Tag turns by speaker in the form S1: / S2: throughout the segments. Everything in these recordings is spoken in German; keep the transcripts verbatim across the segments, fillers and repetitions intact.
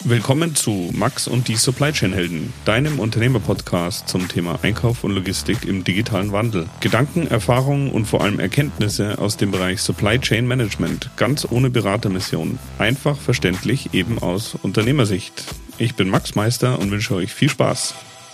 S1: Willkommen zu Max und die Supply Chain Helden, deinem Unternehmer-Podcast zum Thema Einkauf und Logistik im digitalen Wandel. Gedanken, Erfahrungen und vor allem Erkenntnisse aus dem Bereich Supply Chain Management, ganz ohne Beratermission. Einfach verständlich, eben aus Unternehmersicht. Ich bin Max Meister und wünsche euch viel Spaß.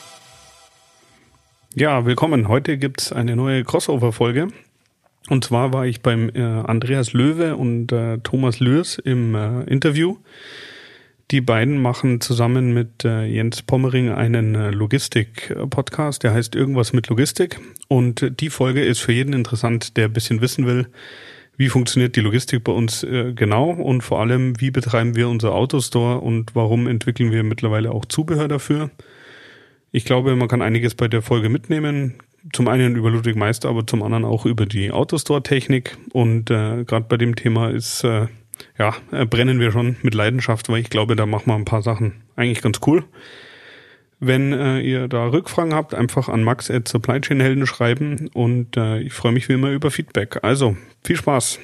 S1: Ja, willkommen. Heute gibt's eine neue Crossover-Folge. Und zwar war ich beim äh, Andreas Löwe und äh, Thomas Lührs im äh, Interview. Die beiden machen zusammen mit äh, Jens Pommering einen äh, Logistik-Podcast, der heißt Irgendwas mit Logistik. Und die Folge ist für jeden interessant, der ein bisschen wissen will, wie funktioniert die Logistik bei uns äh, genau und vor allem, wie betreiben wir unser Autostore und warum entwickeln wir mittlerweile auch Zubehör dafür. Ich glaube, man kann einiges bei der Folge mitnehmen. Zum einen über Ludwig Meister, aber zum anderen auch über die Autostore-Technik. Und äh, gerade bei dem Thema ist... Äh, Ja, brennen wir schon mit Leidenschaft, weil ich glaube, da machen wir ein paar Sachen eigentlich ganz cool. Wenn äh, ihr da Rückfragen habt, einfach an max at supply chain helden schreiben und äh, ich freue mich wie immer über Feedback. Also, viel Spaß!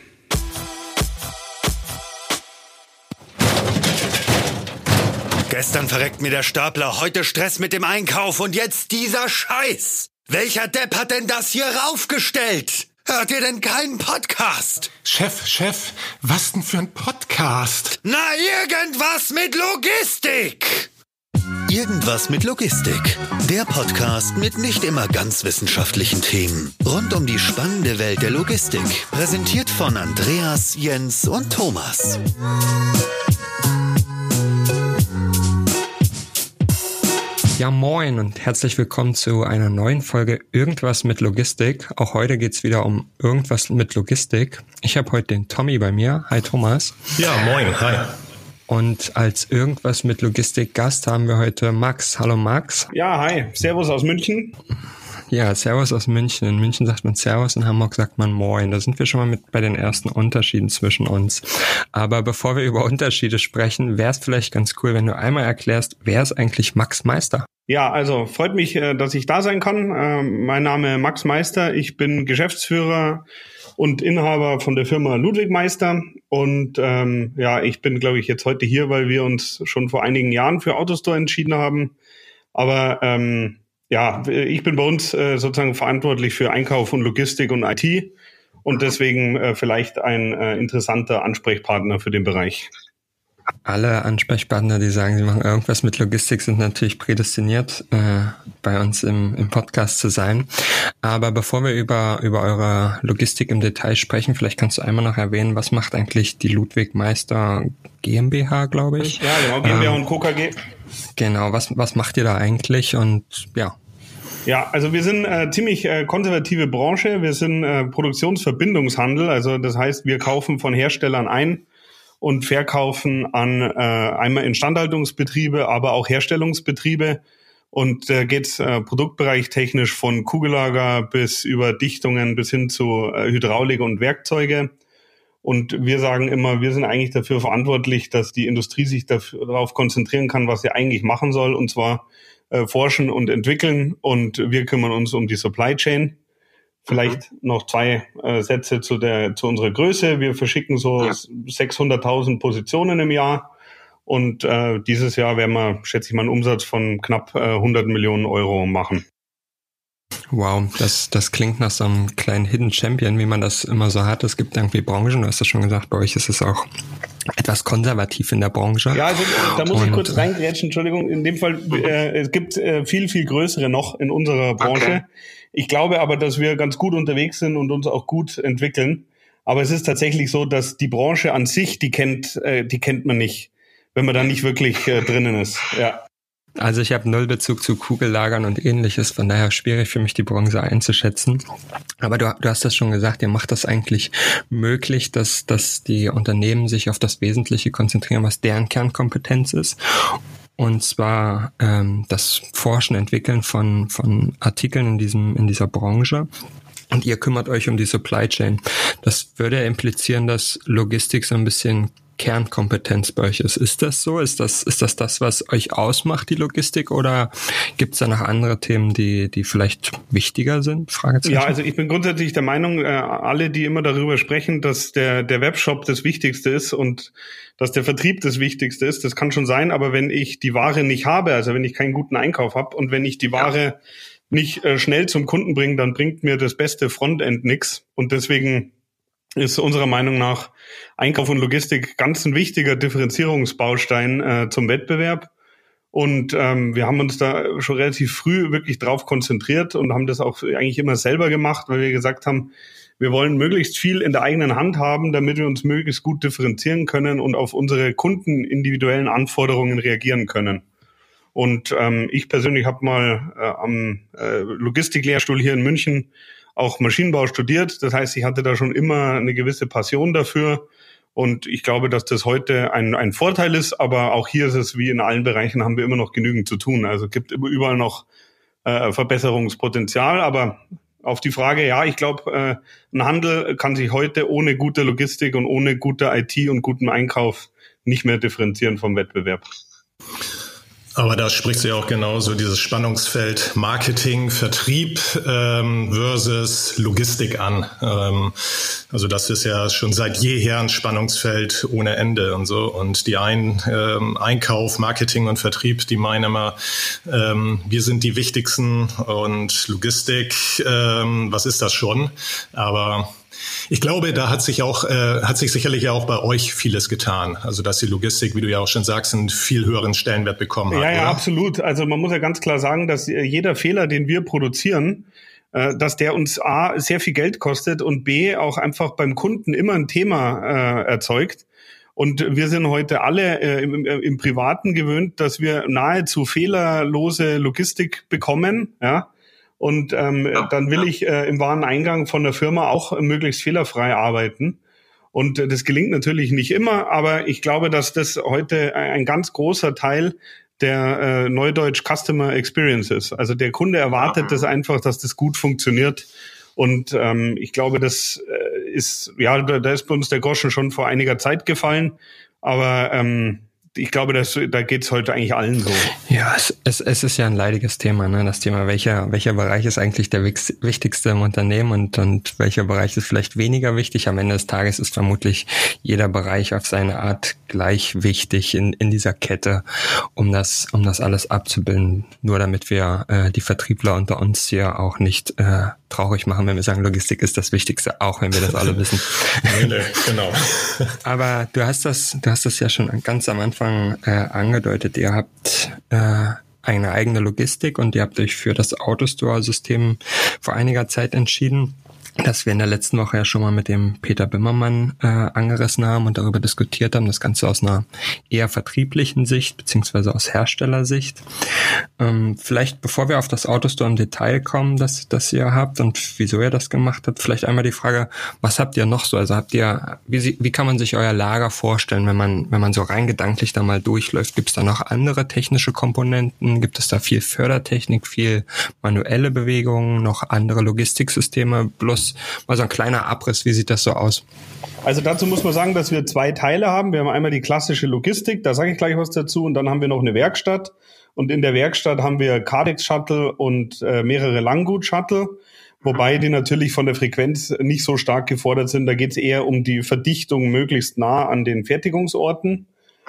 S2: Gestern verreckt mir der Stapler, heute Stress mit dem Einkauf und jetzt dieser Scheiß! Welcher Depp hat denn das hier raufgestellt? Hört ihr denn keinen Podcast?
S3: Chef, Chef, was denn für ein Podcast?
S2: Na, irgendwas mit Logistik! Irgendwas mit Logistik. Der Podcast mit nicht immer ganz wissenschaftlichen Themen. Rund um die spannende Welt der Logistik. Präsentiert von Andreas, Jens und Thomas.
S4: Ja, moin und herzlich willkommen zu einer neuen Folge Irgendwas mit Logistik. Auch heute geht's wieder um Irgendwas mit Logistik. Ich habe heute den Tommy bei mir. Hi Thomas.
S3: Ja, moin, hi.
S4: Und als Irgendwas mit Logistik Gast haben wir heute Max. Hallo Max.
S1: Ja, hi. Servus aus München.
S4: Ja, Servus aus München. In München sagt man Servus, in Hamburg sagt man Moin. Da sind wir schon mal mit bei den ersten Unterschieden zwischen uns. Aber bevor wir über Unterschiede sprechen, wäre es vielleicht ganz cool, wenn du einmal erklärst, wer ist eigentlich Max Meister?
S1: Ja, also freut mich, dass ich da sein kann. Mein Name ist Max Meister. Ich bin Geschäftsführer und Inhaber von der Firma Ludwig Meister. Und ähm, ja, ich bin, glaube ich, jetzt heute hier, weil wir uns schon vor einigen Jahren für Autostore entschieden haben. Aber ähm, ja, ich bin bei uns äh, sozusagen verantwortlich für Einkauf und Logistik und I T und deswegen äh, vielleicht ein äh, interessanter Ansprechpartner für den Bereich.
S4: Alle Ansprechpartner, die sagen, sie machen irgendwas mit Logistik, sind natürlich prädestiniert, äh, bei uns im, im Podcast zu sein. Aber bevor wir über, über eure Logistik im Detail sprechen, vielleicht kannst du einmal noch erwähnen, was macht eigentlich die Ludwig Meister GmbH, glaube ich?
S1: Ja, genau, GmbH ähm, und Co. K G.
S4: Genau, was, was macht ihr da eigentlich und ja.
S1: Ja, also wir sind äh, ziemlich äh, konservative Branche. Wir sind äh, Produktionsverbindungshandel. Also das heißt, wir kaufen von Herstellern ein und verkaufen an äh, einmal Instandhaltungsbetriebe, aber auch Herstellungsbetriebe. Und da äh, geht's äh, Produktbereich technisch von Kugellager bis über Dichtungen bis hin zu äh, Hydraulik und Werkzeuge. Und wir sagen immer, wir sind eigentlich dafür verantwortlich, dass die Industrie sich darauf konzentrieren kann, was sie eigentlich machen soll, und zwar äh, forschen und entwickeln. Und wir kümmern uns um die Supply Chain. Vielleicht mhm. noch zwei äh, Sätze zu der zu unserer Größe. Wir verschicken so ja. sechshunderttausend Positionen im Jahr. Und äh, dieses Jahr werden wir, schätze ich mal, einen Umsatz von knapp äh, hundert Millionen Euro machen.
S4: Wow, das das klingt nach so einem kleinen Hidden Champion, wie man das immer so hat. Es gibt irgendwie Branchen, du hast das schon gesagt, bei euch ist es auch etwas konservativ in der Branche.
S1: Ja, also da muss
S4: Und,
S1: ich kurz reingrätschen, Entschuldigung. In dem Fall, äh, es gibt äh, viel, viel größere noch in unserer Branche. Okay. Ich glaube aber, dass wir ganz gut unterwegs sind und uns auch gut entwickeln. Aber es ist tatsächlich so, dass die Branche an sich, die kennt, äh, die kennt man nicht, wenn man da nicht wirklich äh, drinnen ist. Ja.
S4: Also ich habe null Bezug zu Kugellagern und ähnliches, von daher schwierig für mich, die Branche einzuschätzen. Aber du, du hast das schon gesagt, ihr macht das eigentlich möglich, dass, dass die Unternehmen sich auf das Wesentliche konzentrieren, was deren Kernkompetenz ist. Und zwar ähm, das Forschen, Entwickeln von, von Artikeln in diesem in dieser Branche. Und ihr kümmert euch um die Supply Chain. Das würde ja implizieren, dass Logistik so ein bisschen Kernkompetenz bei euch ist. Ist das so? Ist das, ist das das, was euch ausmacht, die Logistik? Oder gibt es da noch andere Themen, die, die vielleicht wichtiger sind? Fragezeichen.
S1: Ja, also ich bin grundsätzlich der Meinung, äh, alle, die immer darüber sprechen, dass der, der Webshop das Wichtigste ist und dass der Vertrieb das Wichtigste ist, das kann schon sein, aber wenn ich die Ware nicht habe, also wenn ich keinen guten Einkauf habe und wenn ich die Ware ja. nicht äh, schnell zum Kunden bringe, dann bringt mir das beste Frontend nix. Und deswegen ist unserer Meinung nach Einkauf und Logistik ganz ein wichtiger Differenzierungsbaustein äh, zum Wettbewerb. Und ähm, wir haben uns da schon relativ früh wirklich drauf konzentriert und haben das auch eigentlich immer selber gemacht, weil wir gesagt haben, wir wollen möglichst viel in der eigenen Hand haben, damit wir uns möglichst gut differenzieren können und auf unsere Kunden individuellen Anforderungen reagieren können. Und ähm, ich persönlich habe mal äh, am äh, Logistiklehrstuhl hier in München auch Maschinenbau studiert. Das heißt, ich hatte da schon immer eine gewisse Passion dafür. Und ich glaube, dass das heute ein, ein Vorteil ist. Aber auch hier ist es, wie in allen Bereichen, haben wir immer noch genügend zu tun. Also es gibt überall noch äh, Verbesserungspotenzial. Aber auf die Frage, ja, ich glaube, äh, ein Handel kann sich heute ohne gute Logistik und ohne gute I T und guten Einkauf nicht mehr differenzieren vom Wettbewerb.
S5: Aber da sprichst du ja auch genauso dieses Spannungsfeld Marketing, Vertrieb ähm, versus Logistik an. Ähm, also das ist ja schon seit jeher ein Spannungsfeld ohne Ende und so. Und die einen ähm, Einkauf, Marketing und Vertrieb, die meinen immer, ähm, wir sind die Wichtigsten und Logistik, ähm, was ist das schon? Aber ich glaube, da hat sich auch, äh, hat sich sicherlich auch bei euch vieles getan. Also, dass die Logistik, wie du ja auch schon sagst, einen viel höheren Stellenwert bekommen hat.
S1: Ja, ja,
S5: oder?
S1: Absolut. Also, man muss ja ganz klar sagen, dass jeder Fehler, den wir produzieren, äh, dass der uns A, sehr viel Geld kostet und B, auch einfach beim Kunden immer ein Thema äh, erzeugt. Und wir sind heute alle äh, im, im Privaten gewöhnt, dass wir nahezu fehlerlose Logistik bekommen, ja. Und ähm, ja, dann will ja. ich äh, im Wareneingang von der Firma auch äh, möglichst fehlerfrei arbeiten. Und äh, das gelingt natürlich nicht immer, aber ich glaube, dass das heute ein, ein ganz großer Teil der äh, Neudeutsch Customer Experience ist. Also der Kunde erwartet ja. das einfach, dass das gut funktioniert. Und ähm, ich glaube, das äh, ist, ja, da, da ist bei uns der Groschen schon vor einiger Zeit gefallen. Aber ähm, ich glaube, das, da geht's heute eigentlich allen so.
S4: Ja, es, es, es ist ja ein leidiges Thema, ne? Das Thema, welcher, welcher Bereich ist eigentlich der wichtigste im Unternehmen und, und welcher Bereich ist vielleicht weniger wichtig. Am Ende des Tages ist vermutlich jeder Bereich auf seine Art gleich wichtig in, in dieser Kette, um das, um das alles abzubilden. Nur damit wir äh, die Vertriebler unter uns hier auch nicht äh, traurig machen, wenn wir sagen, Logistik ist das Wichtigste, auch wenn wir das alle wissen.
S5: nee, nee, genau.
S4: Aber du hast das, du hast das ja schon ganz am Anfang äh, angedeutet. Ihr habt äh, eine eigene Logistik und ihr habt euch für das Autostore-System vor einiger Zeit entschieden, das wir in der letzten Woche ja schon mal mit dem Peter Bimmermann äh, angerissen haben und darüber diskutiert haben, das Ganze aus einer eher vertrieblichen Sicht beziehungsweise aus Herstellersicht. Ähm, vielleicht, bevor wir auf das Autostore im Detail kommen, das, das ihr habt und wieso ihr das gemacht habt, vielleicht einmal die Frage, was habt ihr noch so? Also habt ihr, wie, wie kann man sich euer Lager vorstellen, wenn man, wenn man so rein gedanklich da mal durchläuft? Gibt es da noch andere technische Komponenten? Gibt es da viel Fördertechnik, viel manuelle Bewegungen, noch andere Logistiksysteme? Bloß mal so ein kleiner Abriss, wie sieht das so aus?
S1: Also dazu muss man sagen, dass wir zwei Teile haben. Wir haben einmal die klassische Logistik, da sage ich gleich was dazu, und dann haben wir noch eine Werkstatt. Und in der Werkstatt haben wir Kardex-Shuttle und äh, mehrere Langgut-Shuttle, wobei die natürlich von der Frequenz nicht so stark gefordert sind. Da geht es eher um die Verdichtung möglichst nah an den Fertigungsorten.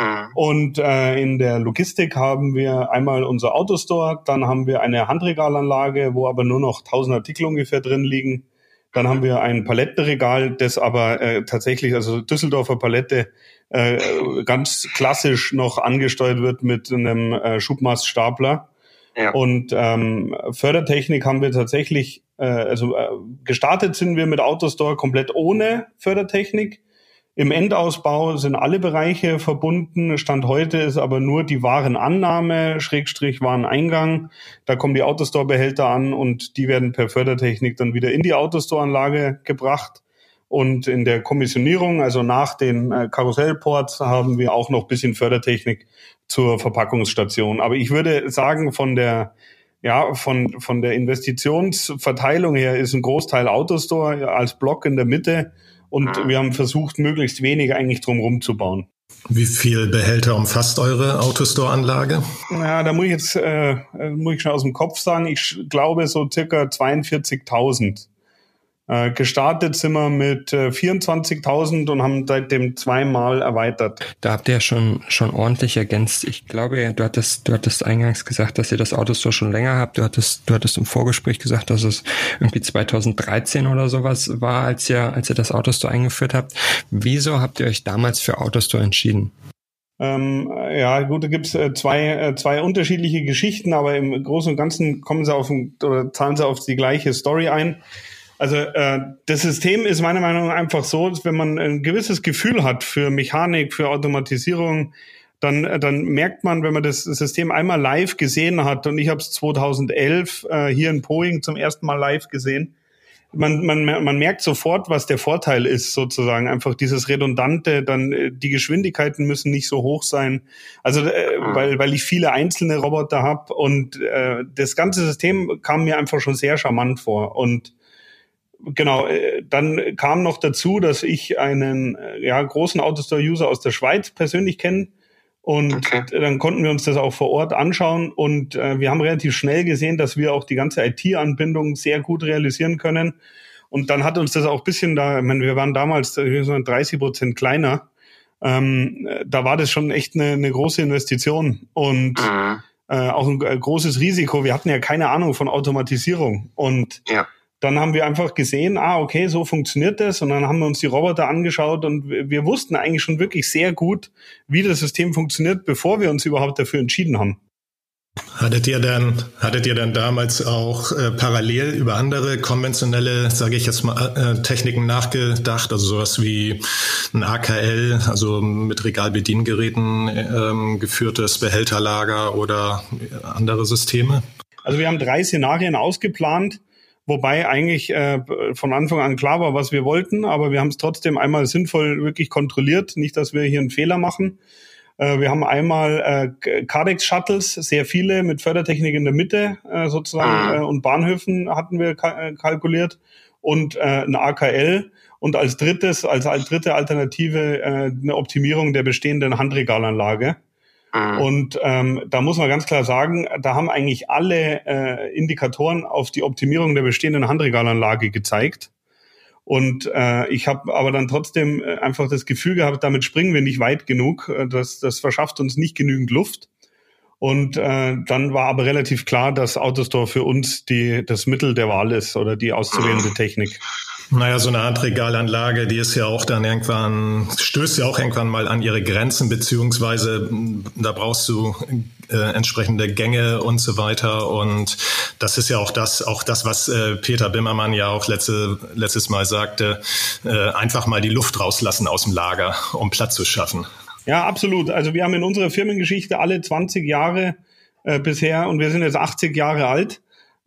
S1: Und äh, in der Logistik haben wir einmal unser Autostore, dann haben wir eine Handregalanlage, wo aber nur noch tausend Artikel ungefähr drin liegen. Dann haben wir ein Palettenregal, das aber äh, tatsächlich, also Düsseldorfer Palette, äh, ganz klassisch noch angesteuert wird mit einem äh, Schubmaststapler. Ja. Und ähm, Fördertechnik haben wir tatsächlich, äh, also äh, gestartet sind wir mit Autostore komplett ohne Fördertechnik. Im Endausbau sind alle Bereiche verbunden. Stand heute ist aber nur die Warenannahme, Schrägstrich Wareneingang. Da kommen die Autostore-Behälter an und die werden per Fördertechnik dann wieder in die Autostore-Anlage gebracht. Und in der Kommissionierung, also nach den äh, Karussellports, haben wir auch noch ein bisschen Fördertechnik zur Verpackungsstation. Aber ich würde sagen, von der ja von von der Investitionsverteilung her ist ein Großteil Autostore als Block in der Mitte. Und wir haben versucht, möglichst wenig eigentlich drumherum zu bauen.
S5: Wie viel Behälter umfasst eure Autostore-Anlage?
S1: Ja, da muss ich jetzt äh, muss ich schon aus dem Kopf sagen, ich glaube so circa zweiundvierzigtausend. Äh, gestartet sind wir mit äh, vierundzwanzigtausend und haben seitdem zweimal erweitert.
S4: Da habt ihr ja schon schon ordentlich ergänzt. Ich glaube, du hattest du hattest eingangs gesagt, dass ihr das Autostore schon länger habt. Du hattest du hattest im Vorgespräch gesagt, dass es irgendwie zweitausenddreizehn oder sowas war, als ihr als ihr das Autostore eingeführt habt. Wieso habt ihr euch damals für Autostore entschieden?
S1: Ähm, ja, gut, da gibt's äh, zwei äh, zwei unterschiedliche Geschichten, aber im Großen und Ganzen kommen sie auf oder zahlen sie auf die gleiche Story ein. Also äh, das System ist meiner Meinung nach einfach so, dass wenn man ein gewisses Gefühl hat für Mechanik, für Automatisierung, dann äh, dann merkt man, wenn man das System einmal live gesehen hat, und ich habe es zweitausendelf äh, hier in Poing zum ersten Mal live gesehen, man man man merkt sofort, was der Vorteil ist, sozusagen einfach dieses Redundante, dann äh, die Geschwindigkeiten müssen nicht so hoch sein, also äh, weil weil ich viele einzelne Roboter habe und äh, das ganze System kam mir einfach schon sehr charmant vor. Und genau, dann kam noch dazu, dass ich einen ja großen Autostore-User aus der Schweiz persönlich kenne und okay. Dann konnten wir uns das auch vor Ort anschauen und äh, wir haben relativ schnell gesehen, dass wir auch die ganze I T-Anbindung sehr gut realisieren können und dann hat uns das auch ein bisschen da, ich meine, wir waren damals dreißig Prozent kleiner, ähm, da war das schon echt eine, eine große Investition und mhm. äh, auch ein, ein großes Risiko. Wir hatten ja keine Ahnung von Automatisierung und ja. Dann haben wir einfach gesehen, ah, okay, so funktioniert das. Und dann haben wir uns die Roboter angeschaut und wir wussten eigentlich schon wirklich sehr gut, wie das System funktioniert, bevor wir uns überhaupt dafür entschieden haben.
S5: Hattet ihr denn, hattet ihr denn damals auch äh, parallel über andere konventionelle, sage ich jetzt mal, äh, Techniken nachgedacht? Also sowas wie ein A K L, also mit Regalbediengeräten ähm, geführtes Behälterlager oder andere Systeme?
S1: Also wir haben drei Szenarien ausgeplant. Wobei eigentlich äh, von Anfang an klar war, was wir wollten, aber wir haben es trotzdem einmal sinnvoll wirklich kontrolliert, nicht, dass wir hier einen Fehler machen. Äh, wir haben einmal äh, Kardex-Shuttles, sehr viele mit Fördertechnik in der Mitte äh, sozusagen äh, und Bahnhöfen hatten wir ka- kalkuliert und äh, ein A K L und als drittes, als, als dritte Alternative äh, eine Optimierung der bestehenden Handregalanlage. Und ähm, da muss man ganz klar sagen, da haben eigentlich alle äh, Indikatoren auf die Optimierung der bestehenden Handregalanlage gezeigt. Und äh, ich habe aber dann trotzdem einfach das Gefühl gehabt, damit springen wir nicht weit genug. Das, das verschafft uns nicht genügend Luft. Und äh, dann war aber relativ klar, dass Autostore für uns die das Mittel der Wahl ist oder die auszuwählende Technik.
S5: Naja, so eine Handregalanlage, die ist ja auch dann irgendwann, stößt ja auch irgendwann mal an ihre Grenzen, beziehungsweise da brauchst du äh, entsprechende Gänge und so weiter. Und das ist ja auch das, auch das, was äh, Peter Bimmermann ja auch letzte, letztes Mal sagte, äh, einfach mal die Luft rauslassen aus dem Lager, um Platz zu schaffen.
S1: Ja, absolut. Also wir haben in unserer Firmengeschichte alle zwanzig Jahre äh, bisher und wir sind jetzt achtzig Jahre alt,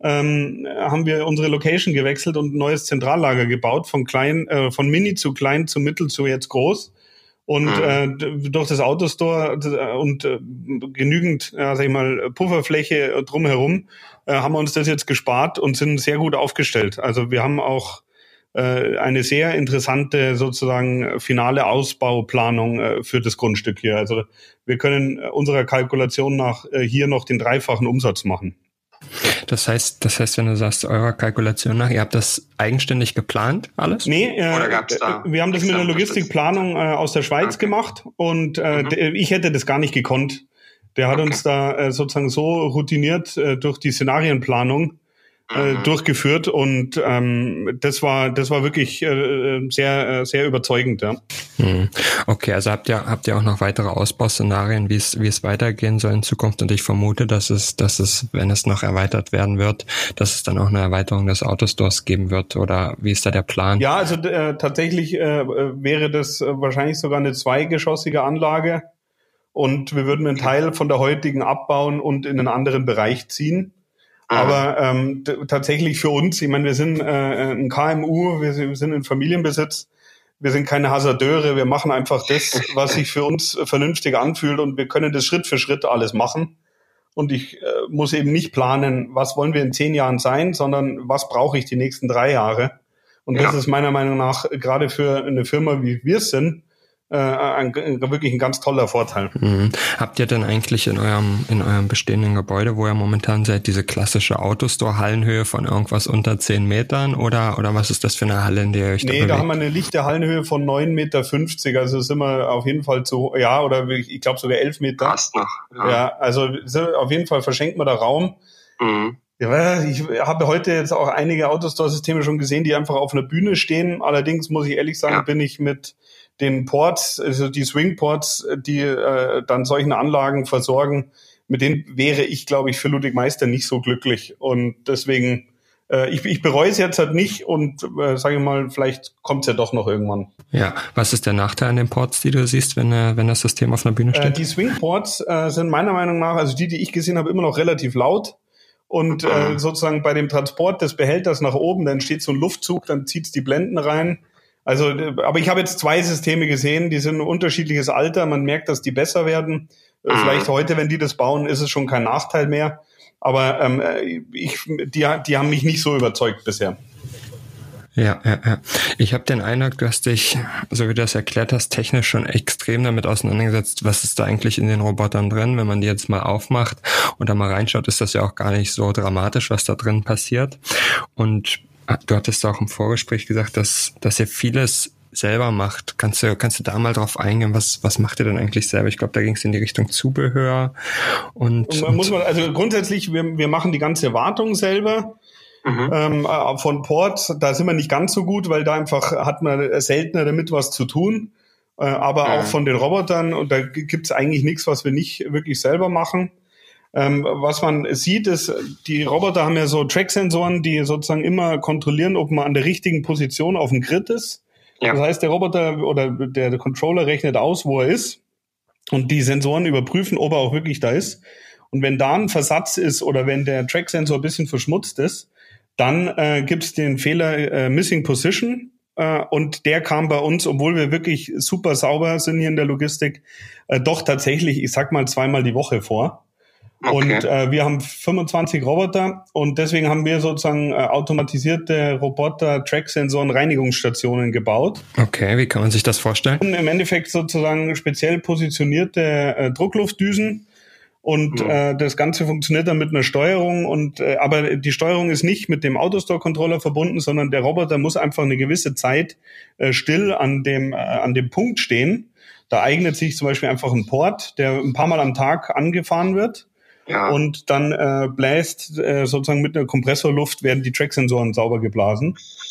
S1: ähm, haben wir unsere Location gewechselt und ein neues Zentrallager gebaut, von klein, äh, von mini zu klein zu mittel zu jetzt groß. Und äh, durch das Autostore und äh, genügend, ja, sag ich mal, Pufferfläche drumherum äh, haben wir uns das jetzt gespart und sind sehr gut aufgestellt. Also wir haben auch äh, eine sehr interessante sozusagen finale Ausbauplanung äh, für das Grundstück hier. Also wir können unserer Kalkulation nach äh, hier noch den dreifachen Umsatz machen.
S4: Das heißt, das heißt, wenn du sagst, eurer Kalkulation nach, ihr habt das eigenständig geplant, alles?
S1: Nee, äh, Oder gab's da wir haben das mit der Logistikplanung äh, aus der Schweiz okay. gemacht und äh, mhm. d- ich hätte das gar nicht gekonnt. Der hat okay. uns da äh, sozusagen so routiniert äh, durch die Szenarienplanung äh, mhm. durchgeführt und ähm, das war das war wirklich äh, sehr sehr überzeugend, ja.
S4: Mhm. Okay, also habt ihr habt ihr auch noch weitere Ausbauszenarien, wie es wie es weitergehen soll in Zukunft, und ich vermute, dass es dass es, wenn es noch erweitert werden wird, dass es dann auch eine Erweiterung des Autostores geben wird, oder wie ist da der Plan?
S1: Ja, also äh, tatsächlich äh, wäre das äh, wahrscheinlich sogar eine zweigeschossige Anlage und wir würden einen Teil von der heutigen abbauen und in einen anderen Bereich ziehen. Aber ähm, t- tatsächlich für uns, ich meine, wir sind äh, ein K M U, wir sind, wir sind in Familienbesitz, wir sind keine Hasardeure, wir machen einfach das, was sich für uns vernünftig anfühlt und wir können das Schritt für Schritt alles machen. Und ich äh, muss eben nicht planen, was wollen wir in zehn Jahren sein, sondern was brauche ich die nächsten drei Jahre. Und ja. das ist meiner Meinung nach gerade für eine Firma, wie wir es sind, äh, ein, wirklich ein ganz toller Vorteil.
S4: Mhm. Habt ihr denn eigentlich in eurem in eurem bestehenden Gebäude, wo ihr momentan seid, diese klassische Autostore-Hallenhöhe von irgendwas unter zehn Metern oder oder was ist das für eine Halle, in der ihr euch da
S1: Nee,
S4: bewegt?
S1: da haben wir eine lichte Hallenhöhe von neun Meter fünfzig, also sind wir auf jeden Fall zu, ja, oder ich glaube sogar elf Meter.
S6: Passt noch. Ja.
S1: Ja, also auf jeden Fall verschenkt man da Raum.
S6: Mhm.
S1: Ja, ich habe heute jetzt auch einige Autostore-Systeme schon gesehen, die einfach auf einer Bühne stehen. Allerdings muss ich ehrlich sagen,
S6: Ja.
S1: bin ich mit den Ports, also die Swing-Ports, die äh, dann solchen Anlagen versorgen, mit denen wäre ich, glaube ich, für Ludwig Meister nicht so glücklich. Und deswegen, äh, ich, ich bereue es jetzt halt nicht und äh, sage ich mal, vielleicht kommt es ja doch noch irgendwann.
S4: Ja, was ist der Nachteil an den Ports, die du siehst, wenn äh, wenn das System auf einer Bühne
S1: Äh,
S4: steht?
S1: die Swing-Ports äh, sind meiner Meinung nach, also die, die ich gesehen habe, immer noch relativ laut. Und äh, sozusagen bei dem Transport des Behälters nach oben, dann steht so ein Luftzug, dann zieht's die Blenden rein. Also, aber ich habe jetzt zwei Systeme gesehen, die sind ein unterschiedliches Alter. Man merkt, dass die besser werden. Äh, Vielleicht heute, wenn die das bauen, ist es schon kein Nachteil mehr. Aber ähm, ich, die, die haben mich nicht so überzeugt bisher.
S4: Ja, ja, ja. Ich habe den Eindruck, du hast dich, so wie du das erklärt hast, technisch schon extrem damit auseinandergesetzt, was ist da eigentlich in den Robotern drin. Wenn man die jetzt mal aufmacht und da mal reinschaut, ist das ja auch gar nicht so dramatisch, was da drin passiert. Und du hattest auch im Vorgespräch gesagt, dass, dass ihr vieles selber macht. Kannst du, kannst du da mal drauf eingehen, was, was macht ihr denn eigentlich selber? Ich glaube, da ging es in die Richtung Zubehör und,
S1: und man muss man, also grundsätzlich, wir, wir machen die ganze Wartung selber. Mhm. Ähm, von Port, da sind wir nicht ganz so gut, weil da einfach hat man seltener damit was zu tun. Äh, aber mhm. auch von den Robotern, und da gibt's eigentlich nichts, was wir nicht wirklich selber machen. Ähm, was man sieht, ist, die Roboter haben ja so Track-Sensoren, die sozusagen immer kontrollieren, ob man an der richtigen Position auf dem Grid ist. Ja. Das heißt, der Roboter oder der, der Controller rechnet aus, wo er ist. Und die Sensoren überprüfen, ob er auch wirklich da ist. Und wenn da ein Versatz ist oder wenn der Track-Sensor ein bisschen verschmutzt ist, dann äh, gibt's den Fehler äh, Missing Position. Äh, und der kam bei uns, obwohl wir wirklich super sauber sind hier in der Logistik, äh, doch tatsächlich, ich sag mal, zweimal die Woche vor. Okay. Und äh, wir haben fünfundzwanzig Roboter und deswegen haben wir sozusagen äh, automatisierte Roboter-Track-Sensoren Reinigungsstationen gebaut.
S4: Okay, wie kann man sich das vorstellen?
S1: Und im Endeffekt sozusagen speziell positionierte äh, Druckluftdüsen und mhm. äh, das Ganze funktioniert dann mit einer Steuerung und äh, aber die Steuerung ist nicht mit dem Autostore-Controller verbunden, sondern der Roboter muss einfach eine gewisse Zeit äh, still an dem äh, an dem Punkt stehen. Da eignet sich zum Beispiel einfach ein Port, der ein paar Mal am Tag angefahren wird. Ja. Und dann äh, bläst äh, sozusagen mit einer Kompressorluft werden die Track-Sensoren sauber geblasen.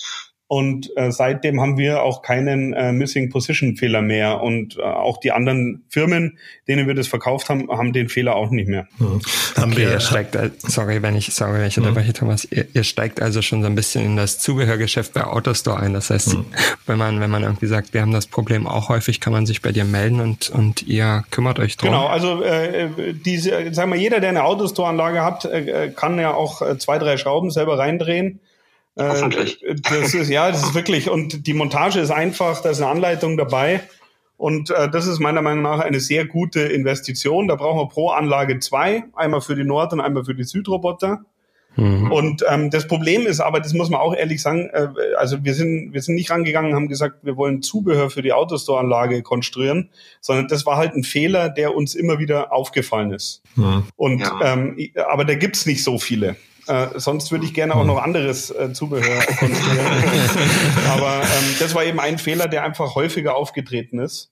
S1: Und äh, seitdem haben wir auch keinen äh, Missing-Position-Fehler mehr. Und äh, auch die anderen Firmen, denen wir das verkauft haben, haben den Fehler auch nicht mehr.
S4: Mhm. Haben okay, wir, ihr steigt, sorry, wenn ich, sorry, wenn ich unterbreche, mhm. Thomas, ihr, ihr steigt also schon so ein bisschen in das Zubehörgeschäft bei Autostore ein. Das heißt, mhm. wenn man, wenn man irgendwie sagt, wir haben das Problem auch häufig, kann man sich bei dir melden und, und ihr kümmert euch drum.
S1: Genau, also äh, diese, sagen wir, jeder, der eine Autostore-Anlage hat, äh, kann ja auch äh, zwei, drei Schrauben selber reindrehen.
S6: Hoffentlich.
S1: Äh, das ist, ja, das ist wirklich, und die Montage ist einfach, da ist eine Anleitung dabei. Und äh, das ist meiner Meinung nach eine sehr gute Investition. Da brauchen wir pro Anlage zwei, einmal für die Nord- und einmal für die Südroboter. Mhm. Und ähm, das Problem ist aber, das muss man auch ehrlich sagen, äh, also wir sind wir sind nicht rangegangen, haben gesagt, wir wollen Zubehör für die Autostore-Anlage konstruieren, sondern das war halt ein Fehler, der uns immer wieder aufgefallen ist. Mhm. Und ja. ähm, aber da gibt's nicht so viele. Äh, sonst würde ich gerne auch noch anderes äh, Zubehör konstruieren. Aber ähm, das war eben ein Fehler, der einfach häufiger aufgetreten ist.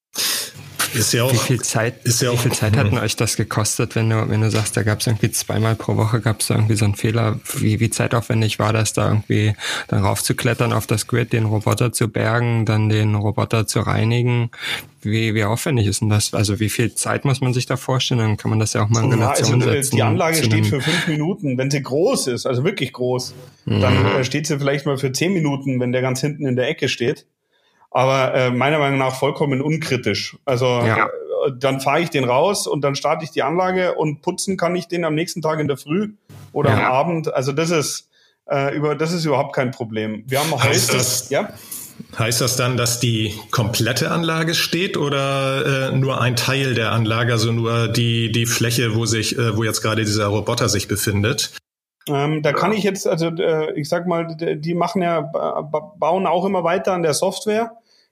S4: Ist ja auch, wie viel Zeit, ist ja auch, wie viel Zeit hat denn euch das gekostet, wenn du, wenn du sagst, da gab es irgendwie zweimal pro Woche gab es irgendwie so einen Fehler? Wie, wie zeitaufwendig war das, da irgendwie dann raufzuklettern auf das Grid, den Roboter zu bergen, dann den Roboter zu reinigen? Wie, wie aufwendig ist denn das? Also wie viel Zeit muss man sich da vorstellen? Dann kann man das ja auch mal in Relation
S1: also,
S4: setzen.
S1: Die Anlage steht für fünf Minuten. Wenn sie groß ist, also wirklich groß, mhm. dann äh, steht sie vielleicht mal für zehn Minuten, wenn der ganz hinten in der Ecke steht. Aber äh, meiner Meinung nach vollkommen unkritisch. Also ja. äh, dann fahre ich den raus und dann starte ich die Anlage und putzen kann ich den am nächsten Tag in der Früh oder ja. am Abend. Also das ist äh, über das ist überhaupt kein Problem. Wir haben
S5: heißt
S1: heute,
S5: das,
S1: ja.
S5: Heißt das dann, dass die komplette Anlage steht oder äh, nur ein Teil der Anlage, also nur die die Fläche, wo sich äh, wo jetzt gerade dieser Roboter sich befindet?
S1: Ähm, da kann ich jetzt, also äh, ich sag mal, die machen ja, bauen auch immer weiter an der Software.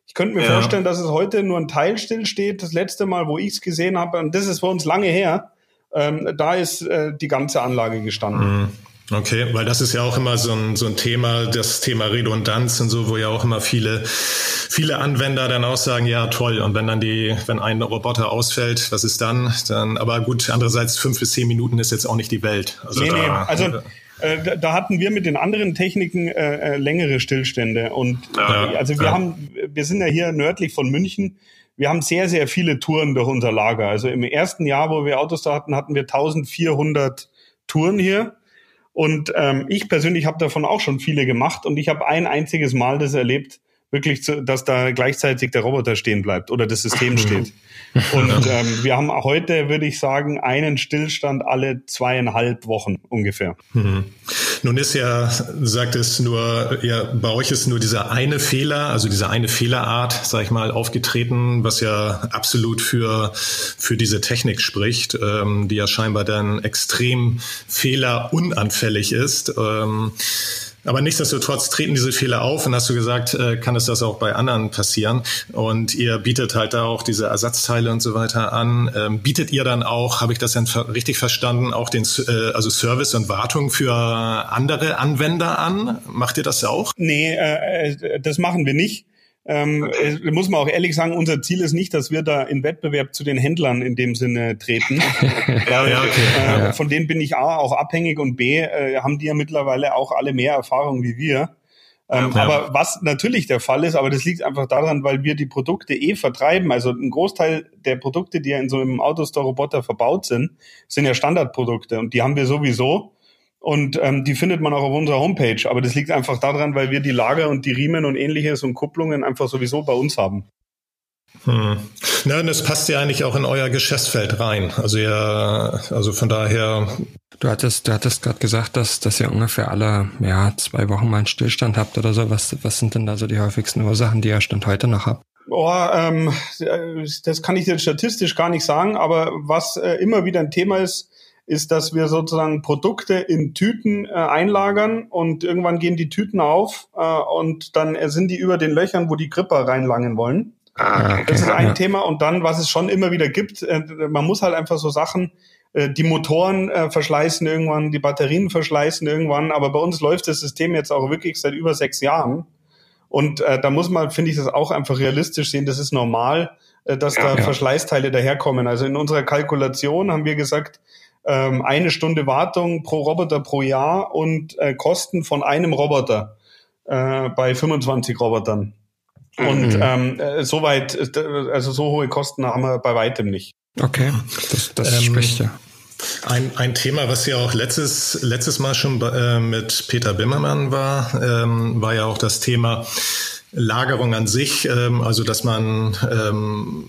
S1: Ich könnte mir ja. vorstellen, dass es heute nur ein Teil stillsteht. Das letzte Mal, wo ich es gesehen habe, und das ist für uns lange her, ähm, da ist äh, die ganze Anlage gestanden.
S5: Mhm. Okay, weil das ist ja auch immer so ein, so ein Thema, das Thema Redundanz und so, wo ja auch immer viele, viele Anwender dann auch sagen, ja toll, und wenn dann die, wenn ein Roboter ausfällt, was ist dann? Dann, aber gut, andererseits fünf bis zehn Minuten ist jetzt auch nicht die Welt. Also
S1: nee,
S5: da,
S1: nee, also äh, da, da hatten wir mit den anderen Techniken äh, äh, längere Stillstände und
S5: ja,
S1: äh, also wir
S5: ja.
S1: haben, wir sind ja hier nördlich von München. Wir haben sehr, sehr viele Touren durch unser Lager. Also im ersten Jahr, wo wir Autos da hatten, hatten wir eintausendvierhundert Touren hier. Und ähm, ich persönlich habe davon auch schon viele gemacht und ich habe ein einziges Mal das erlebt, wirklich, zu, dass da gleichzeitig der Roboter stehen bleibt oder das System steht. Und ähm, wir haben heute, würde ich sagen, einen Stillstand alle zweieinhalb Wochen ungefähr.
S5: Mhm. Nun ist ja, sagt es nur, ja, bei euch ist nur dieser eine Fehler, also diese eine Fehlerart, sag ich mal, aufgetreten, was ja absolut für für diese Technik spricht, ähm, die ja scheinbar dann extrem fehlerunanfällig ist. Ähm, Aber nichtsdestotrotz treten diese Fehler auf und hast du gesagt, äh, kann es das auch bei anderen passieren und ihr bietet halt da auch diese Ersatzteile und so weiter an. Ähm, bietet ihr dann auch, habe ich das denn ver- richtig verstanden, auch den äh, also Service und Wartung für andere Anwender an? Macht ihr das auch?
S1: Nee, äh, das machen wir nicht. Ähm, okay. äh, muss man auch ehrlich sagen, unser Ziel ist nicht, dass wir da in Wettbewerb zu den Händlern in dem Sinne treten. Weil, ja, okay. äh, ja. Von denen bin ich A, auch abhängig und B, äh, haben die ja mittlerweile auch alle mehr Erfahrung wie wir. Ähm, ja. Aber was natürlich der Fall ist, aber das liegt einfach daran, weil wir die Produkte eh vertreiben. Also ein Großteil der Produkte, die ja in so einem Autostore-Roboter verbaut sind, sind ja Standardprodukte und die haben wir sowieso. Und ähm, die findet man auch auf unserer Homepage. Aber das liegt einfach daran, weil wir die Lager und die Riemen und ähnliches und Kupplungen einfach sowieso bei uns haben.
S5: Hm. Na, das passt ja eigentlich auch in euer Geschäftsfeld rein. Also ja, also von daher.
S4: Du hattest, du hattest gerade gesagt, dass, dass ihr ungefähr alle ja, zwei Wochen mal einen Stillstand habt oder so. Was, was sind denn da so die häufigsten Ursachen, die ihr Stand heute noch habt?
S1: Oh, ähm, das kann ich dir statistisch gar nicht sagen. Aber was äh, immer wieder ein Thema ist, ist, dass wir sozusagen Produkte in Tüten äh, einlagern und irgendwann gehen die Tüten auf äh, und dann sind die über den Löchern, wo die Gripper reinlangen wollen. Ah, okay. Das ist ein ja. Thema. Und dann, was es schon immer wieder gibt, äh, man muss halt einfach so Sachen, äh, die Motoren äh, verschleißen irgendwann, die Batterien verschleißen irgendwann, aber bei uns läuft das System jetzt auch wirklich seit über sechs Jahren. Und äh, da muss man, finde ich, das auch einfach realistisch sehen. Das ist normal, äh, dass ja, da ja. Verschleißteile daherkommen. Also in unserer Kalkulation haben wir gesagt, eine Stunde Wartung pro Roboter pro Jahr und äh, Kosten von einem Roboter äh, bei fünfundzwanzig Robotern. Mhm. Und ähm, soweit, also so hohe Kosten haben wir bei weitem nicht.
S4: Okay, das, das ähm, spricht ja.
S5: Ein, ein Thema, was ja auch letztes, letztes Mal schon äh, mit Peter Bimmermann war, ähm, war ja auch das Thema Lagerung an sich, ähm, also dass man ähm,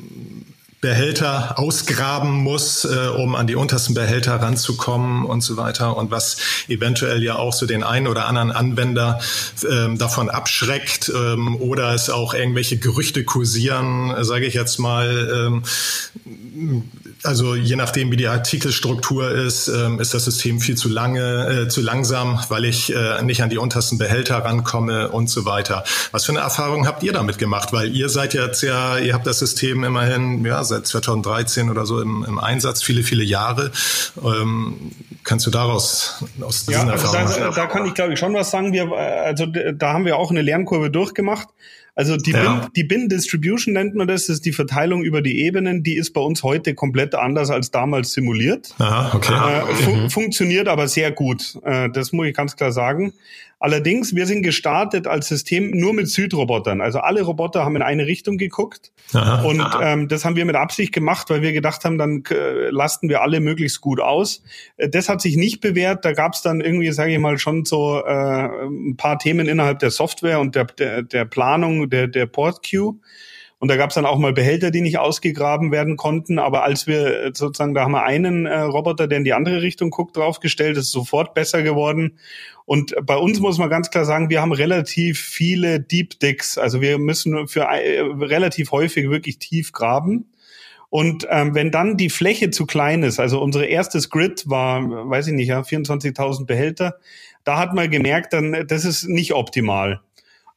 S5: Behälter ausgraben muss, äh, um an die untersten Behälter ranzukommen und so weiter und was eventuell ja auch so den einen oder anderen Anwender ähm, davon abschreckt ähm, oder es auch irgendwelche Gerüchte kursieren, äh, sage ich jetzt mal, ähm, also je nachdem, wie die Artikelstruktur ist, ähm, ist das System viel zu lange, äh, zu langsam, weil ich äh, nicht an die untersten Behälter rankomme und so weiter. Was für eine Erfahrung habt ihr damit gemacht? Weil ihr seid jetzt ja, ihr habt das System immerhin ja seit zweitausenddreizehn oder so im, im Einsatz, viele, viele Jahre. Ähm, kannst du daraus aus diesen
S1: ja, also
S5: Erfahrungen?
S1: Da, da kann ich, glaube ich, schon was sagen. Wir, also da haben wir auch eine Lernkurve durchgemacht. Also die, ja. Bin, die Bin-Distribution nennt man das, das ist die Verteilung über die Ebenen, die ist bei uns heute komplett anders als damals simuliert.
S5: Aha, okay.
S1: Äh, fun- mhm. Funktioniert aber sehr gut, äh, das muss ich ganz klar sagen. Allerdings, wir sind gestartet als System nur mit Südrobotern. Also alle Roboter haben in eine Richtung geguckt. Aha, und ähm, das haben wir mit Absicht gemacht, weil wir gedacht haben, dann äh, lasten wir alle möglichst gut aus. Äh, das hat sich nicht bewährt. Da gab es dann irgendwie, sage ich mal, schon so äh, ein paar Themen innerhalb der Software und der, der, der Planung der, der Port-Queue. Und da gab es dann auch mal Behälter, die nicht ausgegraben werden konnten. Aber als wir sozusagen, da haben wir einen äh, Roboter, der in die andere Richtung guckt, draufgestellt, ist sofort besser geworden. Und bei uns muss man ganz klar sagen, wir haben relativ viele Deep Digs. Also wir müssen für äh, relativ häufig wirklich tief graben. Und ähm, wenn dann die Fläche zu klein ist, also unsere erstes Grid war, weiß ich nicht, ja, vierundzwanzigtausend Behälter, da hat man gemerkt, dann das ist nicht optimal.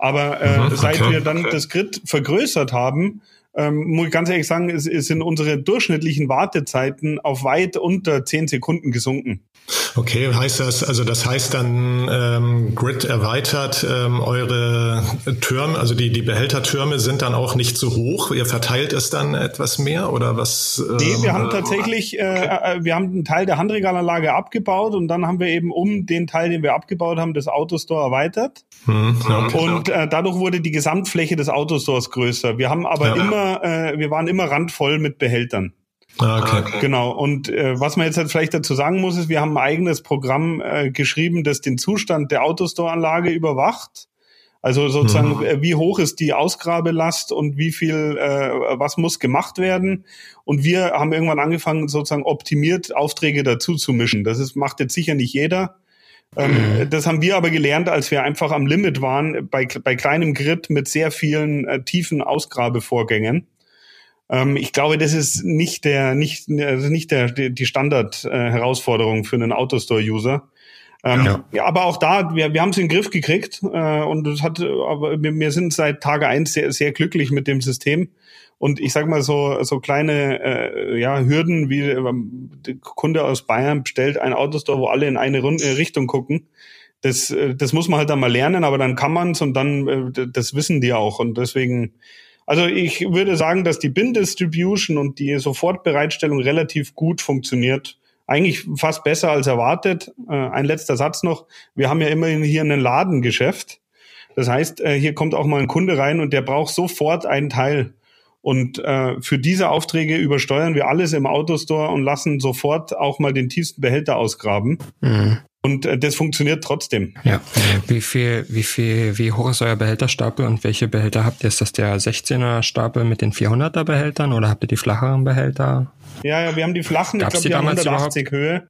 S1: Aber äh,
S5: Mhm,
S1: seit
S5: okay.
S1: wir dann das Grid vergrößert haben, ähm, muss ich ganz ehrlich sagen, es, es sind unsere durchschnittlichen Wartezeiten auf weit unter zehn Sekunden gesunken.
S5: Okay, heißt das, also das heißt dann ähm, Grid erweitert, ähm, eure Türme, also die, die Behältertürme sind dann auch nicht so hoch, ihr verteilt es dann etwas mehr oder was? Ähm,
S1: Nee, wir haben tatsächlich, äh, wir haben einen Teil der Handregalanlage abgebaut und dann haben wir eben um den Teil, den wir abgebaut haben, das Autostore erweitert.
S5: Hm, okay.
S1: Und äh, dadurch wurde die Gesamtfläche des Autostores größer. Wir haben aber
S5: Ja.
S1: immer, äh, wir waren immer randvoll mit Behältern.
S5: Ah, okay.
S1: Genau. Und äh, was man jetzt halt vielleicht dazu sagen muss, ist, wir haben ein eigenes Programm äh, geschrieben, das den Zustand der Autostore-Anlage überwacht. Also sozusagen,
S5: Mhm.
S1: äh, wie hoch ist die Ausgrabelast und wie viel, äh, was muss gemacht werden. Und wir haben irgendwann angefangen, sozusagen optimiert Aufträge dazu zu mischen. Das ist, macht jetzt sicher nicht jeder. Ähm, das haben wir aber gelernt, als wir einfach am Limit waren, bei, bei kleinem Grid mit sehr vielen äh, tiefen Ausgrabevorgängen. Ähm, ich glaube, das ist nicht der, nicht, also nicht der, die Standard-Herausforderung äh, für einen Autostore-User. Ähm, ja. ja, aber auch da, wir, wir haben es in den Griff gekriegt äh, und es hat, aber wir, wir sind seit Tage eins sehr, sehr glücklich mit dem System. Und ich sag mal so, so kleine äh, ja, Hürden wie ähm, der Kunde aus Bayern bestellt ein Autostore, wo alle in eine Runde, äh, Richtung gucken. Das, äh, das muss man halt dann mal lernen, aber dann kann man's und dann, äh, das wissen die auch und deswegen. Also ich würde sagen, dass die Bin-Distribution und die Sofortbereitstellung relativ gut funktioniert. Eigentlich fast besser als erwartet. Äh, ein letzter Satz noch. Wir haben ja immerhin hier ein Ladengeschäft. Das heißt, äh, hier kommt auch mal ein Kunde rein und der braucht sofort einen Teil. Und äh, für diese Aufträge übersteuern wir alles im Autostore und lassen sofort auch mal den tiefsten Behälter ausgraben. Mhm. Und äh, das funktioniert trotzdem.
S4: Ja. Wie viel, wie viel, wie hoch ist euer Behälterstapel und welche Behälter habt ihr? Ist das der sechzehner Stapel mit den vierhunderter Behältern oder habt ihr die flacheren Behälter?
S1: Ja, ja, wir haben die flachen,
S4: Gab's
S1: ich glaube, die, die haben hundertachtzig
S4: überhaupt?
S1: Höhe.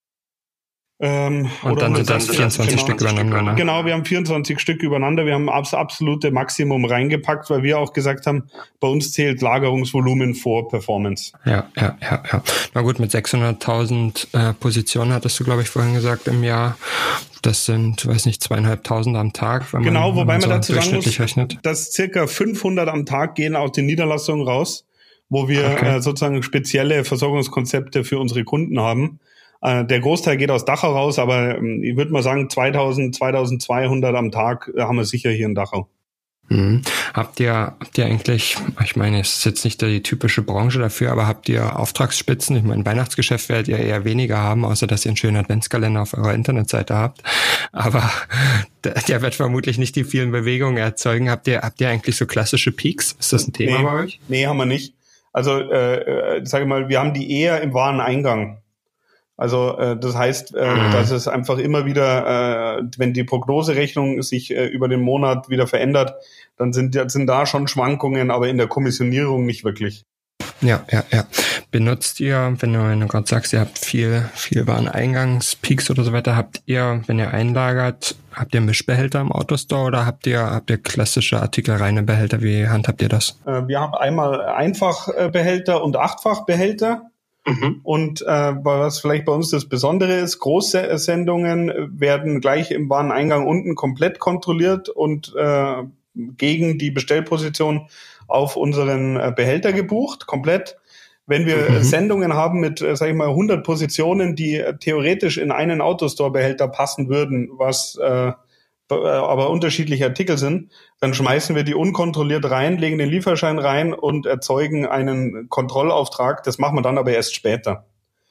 S1: Ähm,
S4: und dann sind das vierundzwanzig
S1: genau,
S4: Stück übereinander, ne?
S1: Genau, wir haben vierundzwanzig Stück übereinander. Wir haben das absolute Maximum reingepackt, weil wir auch gesagt haben, bei uns zählt Lagerungsvolumen vor Performance.
S4: Ja, ja, ja, ja. Na gut, mit sechshunderttausend äh, Positionen hattest du, glaube ich, vorhin gesagt, im Jahr. Das sind, weiß nicht, zweieinhalbtausend am Tag. Wenn
S1: genau,
S4: man,
S1: wobei man,
S4: man so
S1: dazu sagen muss,
S4: rechnet.
S1: dass circa fünfhundert am Tag gehen aus den Niederlassungen raus, wo wir
S4: okay.
S1: äh, sozusagen spezielle Versorgungskonzepte für unsere Kunden haben. Der Großteil geht aus Dachau raus, aber ich würde mal sagen, zweitausend, zweitausendzweihundert am Tag haben wir sicher hier in Dachau.
S4: Mhm. Habt ihr, habt ihr eigentlich, ich meine, es ist jetzt nicht die typische Branche dafür, aber habt ihr Auftragsspitzen? Ich meine, Weihnachtsgeschäft werdet ihr eher weniger haben, außer dass ihr einen schönen Adventskalender auf eurer Internetseite habt. Aber der, der wird vermutlich nicht die vielen Bewegungen erzeugen. Habt ihr, habt ihr eigentlich so klassische Peaks? Ist das ein Thema
S1: nee,
S4: bei euch?
S1: Nee, haben wir nicht. Also, äh, sage ich mal, wir haben die eher im Wareneingang. Also äh, das heißt, äh, mhm. dass es einfach immer wieder, äh, wenn die Prognoserechnung sich äh, über den Monat wieder verändert, dann sind, sind da schon Schwankungen, aber in der Kommissionierung nicht wirklich.
S4: Ja, ja, ja. Benutzt ihr, wenn du, wenn du gerade sagst, ihr habt viel, viel Wareneingangspeaks oder so weiter, habt ihr, wenn ihr einlagert, habt ihr Mischbehälter im Autostore oder habt ihr, habt ihr klassische artikelreine Behälter? Wie handhabt ihr das?
S1: Äh, wir haben einmal Einfachbehälter und Achtfachbehälter. Mhm. Und äh, was vielleicht bei uns das Besondere ist, Großsendungen werden gleich im Wareneingang unten komplett kontrolliert und äh, gegen die Bestellposition auf unseren äh, Behälter gebucht, komplett. Wenn wir mhm. Sendungen haben mit, äh, sag ich mal, hundert Positionen, die äh, theoretisch in einen Autostore-Behälter passen würden, was äh, aber unterschiedliche Artikel sind, dann schmeißen wir die unkontrolliert rein, legen den Lieferschein rein und erzeugen einen Kontrollauftrag. Das machen wir dann aber erst später.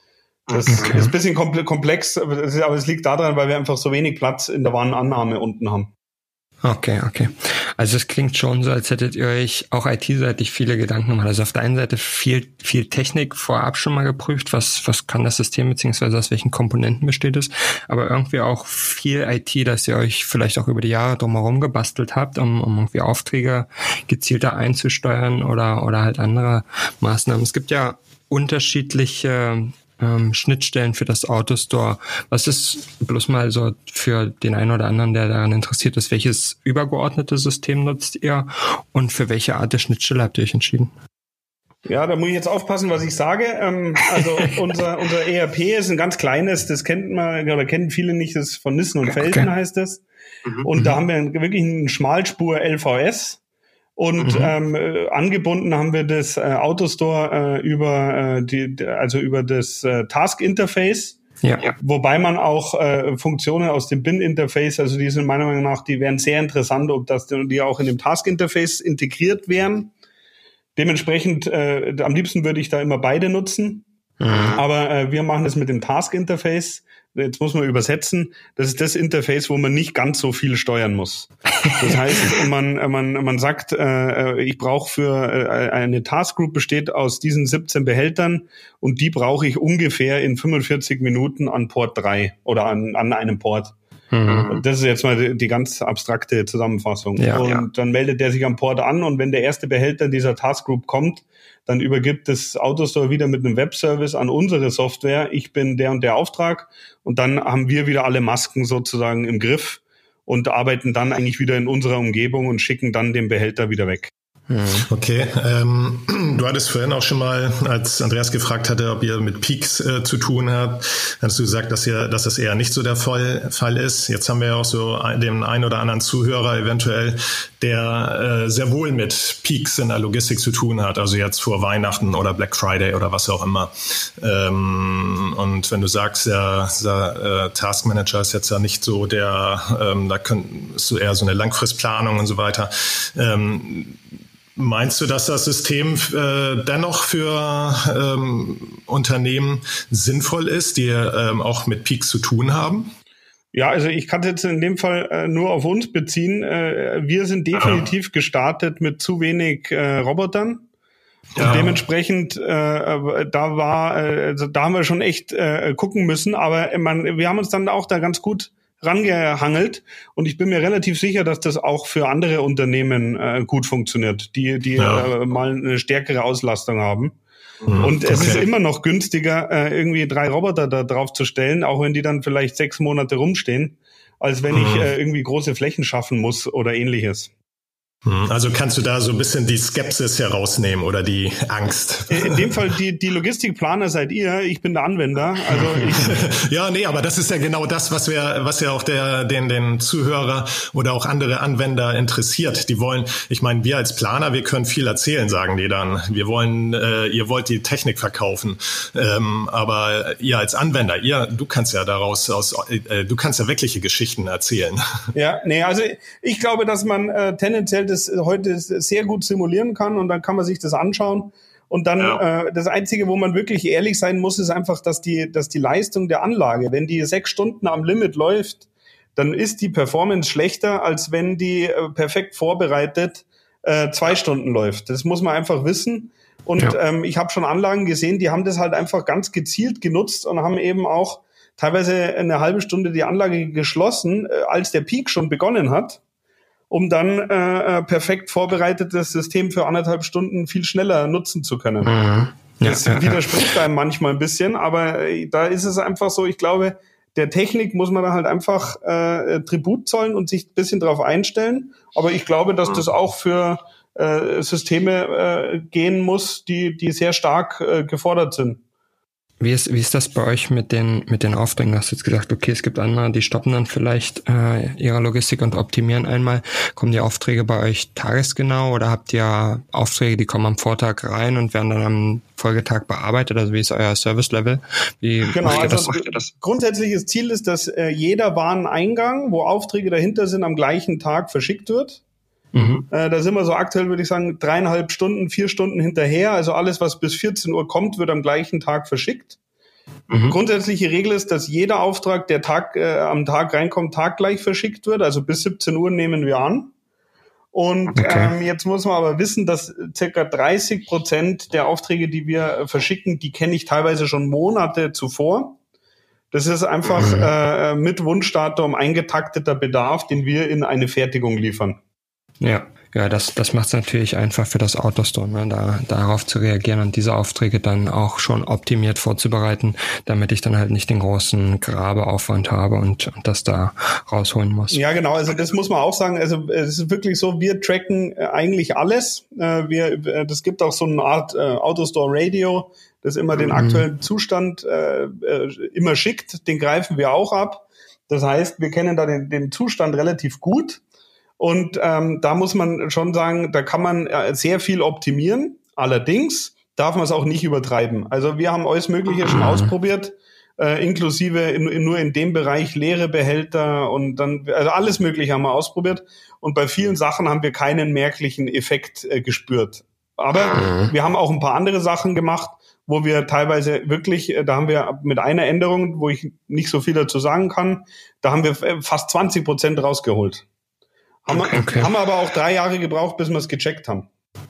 S1: Das okay. ist ein bisschen komplex, aber es liegt daran, weil wir einfach so wenig Platz in der Warenannahme unten haben.
S4: Okay, okay. Also es klingt schon so, als hättet ihr euch auch I T-seitig viele Gedanken gemacht. Also auf der einen Seite viel viel Technik vorab schon mal geprüft, was was kann das System beziehungsweise aus welchen Komponenten besteht es, aber irgendwie auch viel I T, dass ihr euch vielleicht auch über die Jahre drumherum gebastelt habt, um, um irgendwie Aufträge gezielter einzusteuern oder oder halt andere Maßnahmen. Es gibt ja unterschiedliche Ähm, Schnittstellen für das Autostore. Was ist bloß mal so für den einen oder anderen, der daran interessiert ist, welches übergeordnete System nutzt ihr und für welche Art der Schnittstelle habt ihr euch entschieden?
S1: Ja, da muss ich jetzt aufpassen, was ich sage. Ähm, also unser unser E R P ist ein ganz kleines, das kennt man oder kennen viele nicht, das ist von Nissen und Felten okay. heißt das.
S6: Mhm.
S1: Und da haben wir wirklich einen Schmalspur L V S. Und mhm. ähm, äh, angebunden haben wir das äh, Autostore äh, über äh, die, also über das äh, Task-Interface.
S4: Ja.
S1: Wobei man auch äh, Funktionen aus dem B I N-Interface, also die sind meiner Meinung nach, die wären sehr interessant, ob das die auch in dem Task-Interface integriert wären. Dementsprechend, äh, am liebsten würde ich da immer beide nutzen. Mhm. Aber äh, wir machen das mit dem Task-Interface. Jetzt muss man übersetzen. Das ist das Interface, wo man nicht ganz so viel steuern muss. Das heißt, man man man sagt, äh, ich brauche für äh, eine Task Group besteht aus diesen siebzehn Behältern und die brauche ich ungefähr in fünfundvierzig Minuten an Port drei oder an an einem Port. Mhm. Das ist jetzt mal die, die ganz abstrakte Zusammenfassung.
S4: Ja,
S1: und
S4: ja.
S1: Dann meldet der sich am Port an und wenn der erste Behälter dieser Task Group kommt, dann übergibt das Autostore wieder mit einem Webservice an unsere Software. Ich bin der und der Auftrag. Und dann haben wir wieder alle Masken sozusagen im Griff und arbeiten dann eigentlich wieder in unserer Umgebung und schicken dann den Behälter wieder weg.
S5: Okay, ähm, du hattest vorhin auch schon mal, als Andreas gefragt hatte, ob ihr mit Peaks äh, zu tun habt, hast du gesagt, dass ihr, dass das eher nicht so der Fall, Fall ist. Jetzt haben wir ja auch so den einen oder anderen Zuhörer eventuell, der äh, sehr wohl mit Peaks in der Logistik zu tun hat, also jetzt vor Weihnachten oder Black Friday oder was auch immer. Ähm, und wenn du sagst, der, der äh, Task Manager ist jetzt ja nicht so der, ähm, da könntest du eher so eine Langfristplanung und so weiter. Ähm, Meinst du, dass das System äh, dennoch für ähm, Unternehmen sinnvoll ist, die ähm, auch mit Peaks zu tun haben?
S1: Ja, also ich kann es jetzt in dem Fall äh, nur auf uns beziehen. Äh, wir sind definitiv ah. gestartet mit zu wenig äh, Robotern. Und ja. dementsprechend, äh, da war, äh, also da haben wir schon echt äh, gucken müssen. Aber man, wir haben uns dann auch da ganz gut rangehangelt und ich bin mir relativ sicher, dass das auch für andere Unternehmen äh, gut funktioniert, die die ja. äh, mal eine stärkere Auslastung haben. Mhm, und es okay. ist immer noch günstiger, äh, irgendwie drei Roboter da drauf zu stellen, auch wenn die dann vielleicht sechs Monate rumstehen, als wenn mhm. ich äh, irgendwie große Flächen schaffen muss oder ähnliches.
S5: Also kannst du da so ein bisschen die Skepsis herausnehmen oder die Angst?
S1: In dem Fall die, die Logistikplaner seid ihr, ich bin der Anwender. Also ich
S5: ja, nee, aber das ist ja genau das, was wir, was ja auch der, den, den Zuhörer oder auch andere Anwender interessiert. Die wollen, ich meine, wir als Planer, wir können viel erzählen, sagen die dann. Wir wollen, äh, ihr wollt die Technik verkaufen, ähm, aber ihr als Anwender, ihr, du kannst ja daraus aus, äh, du kannst ja wirkliche Geschichten erzählen.
S1: Ja, nee, also ich glaube, dass man äh, tendenziell das heute sehr gut simulieren kann und dann kann man sich das anschauen und dann ja. äh, das Einzige, wo man wirklich ehrlich sein muss, ist einfach, dass die, dass die Leistung der Anlage, wenn die sechs Stunden am Limit läuft, dann ist die Performance schlechter, als wenn die äh, perfekt vorbereitet äh, zwei Stunden läuft. Das muss man einfach wissen und ja. ähm, ich habe schon Anlagen gesehen, die haben das halt einfach ganz gezielt genutzt und haben eben auch teilweise eine halbe Stunde die Anlage geschlossen, äh, als der Peak schon begonnen hat, um dann äh, perfekt vorbereitetes System für anderthalb Stunden viel schneller nutzen zu können. Mhm. Ja, das ja, widerspricht ja. einem manchmal ein bisschen, aber äh, da ist es einfach so, ich glaube, der Technik muss man da halt einfach äh, Tribut zollen und sich ein bisschen drauf einstellen. Aber ich glaube, dass das auch für äh, Systeme äh, gehen muss, die die sehr stark äh, gefordert sind.
S4: Wie ist, wie ist das bei euch mit den, mit den Aufträgen? Du hast jetzt gesagt, okay, es gibt andere, die stoppen dann vielleicht äh, ihre Logistik und optimieren einmal. Kommen die Aufträge bei euch tagesgenau oder habt ihr Aufträge, die kommen am Vortag rein und werden dann am Folgetag bearbeitet? Also wie ist euer Service-Level? Wie
S1: genau,
S4: macht ihr
S1: also
S4: das? Macht ihr das?
S1: Grundsätzliches Ziel ist, dass äh, jeder Wareneingang, wo Aufträge dahinter sind, am gleichen Tag verschickt wird. Mhm. Äh, da sind wir so aktuell, würde ich sagen, dreieinhalb Stunden, vier Stunden hinterher. Also alles, was bis vierzehn Uhr kommt, wird am gleichen Tag verschickt. Mhm. Grundsätzliche Regel ist, dass jeder Auftrag, der Tag äh, am Tag reinkommt, taggleich verschickt wird. Also bis siebzehn Uhr nehmen wir an. Und okay. ähm, jetzt muss man aber wissen, dass circa dreißig Prozent der Aufträge, die wir verschicken, die kenne ich teilweise schon Monate zuvor. Das ist einfach mhm. äh, mit Wunschdatum eingetakteter Bedarf, den wir in eine Fertigung liefern.
S4: Ja, Ja, das, das macht es natürlich einfach für das AutoStore, ne, da, darauf zu reagieren und diese Aufträge dann auch schon optimiert vorzubereiten, damit ich dann halt nicht den großen Grabeaufwand habe und, und das da rausholen muss.
S1: Ja, genau. Also das muss man auch sagen. Also es ist wirklich so, wir tracken eigentlich alles. Wir, das gibt auch so eine Art AutoStore Radio, das immer den aktuellen Zustand äh, immer schickt. Den greifen wir auch ab. Das heißt, wir kennen da den, den Zustand relativ gut. Und ähm, da muss man schon sagen, da kann man äh, sehr viel optimieren. Allerdings darf man es auch nicht übertreiben. Also wir haben alles Mögliche schon ausprobiert, äh, inklusive in, in, nur in dem Bereich leere Behälter und dann, also alles Mögliche haben wir ausprobiert. Und bei vielen Sachen haben wir keinen merklichen Effekt äh, gespürt. Aber mhm. wir haben auch ein paar andere Sachen gemacht, wo wir teilweise wirklich, da haben wir mit einer Änderung, wo ich nicht so viel dazu sagen kann, da haben wir fast zwanzig Prozent rausgeholt. Haben, okay. wir, haben wir aber auch drei Jahre gebraucht, bis wir es gecheckt haben.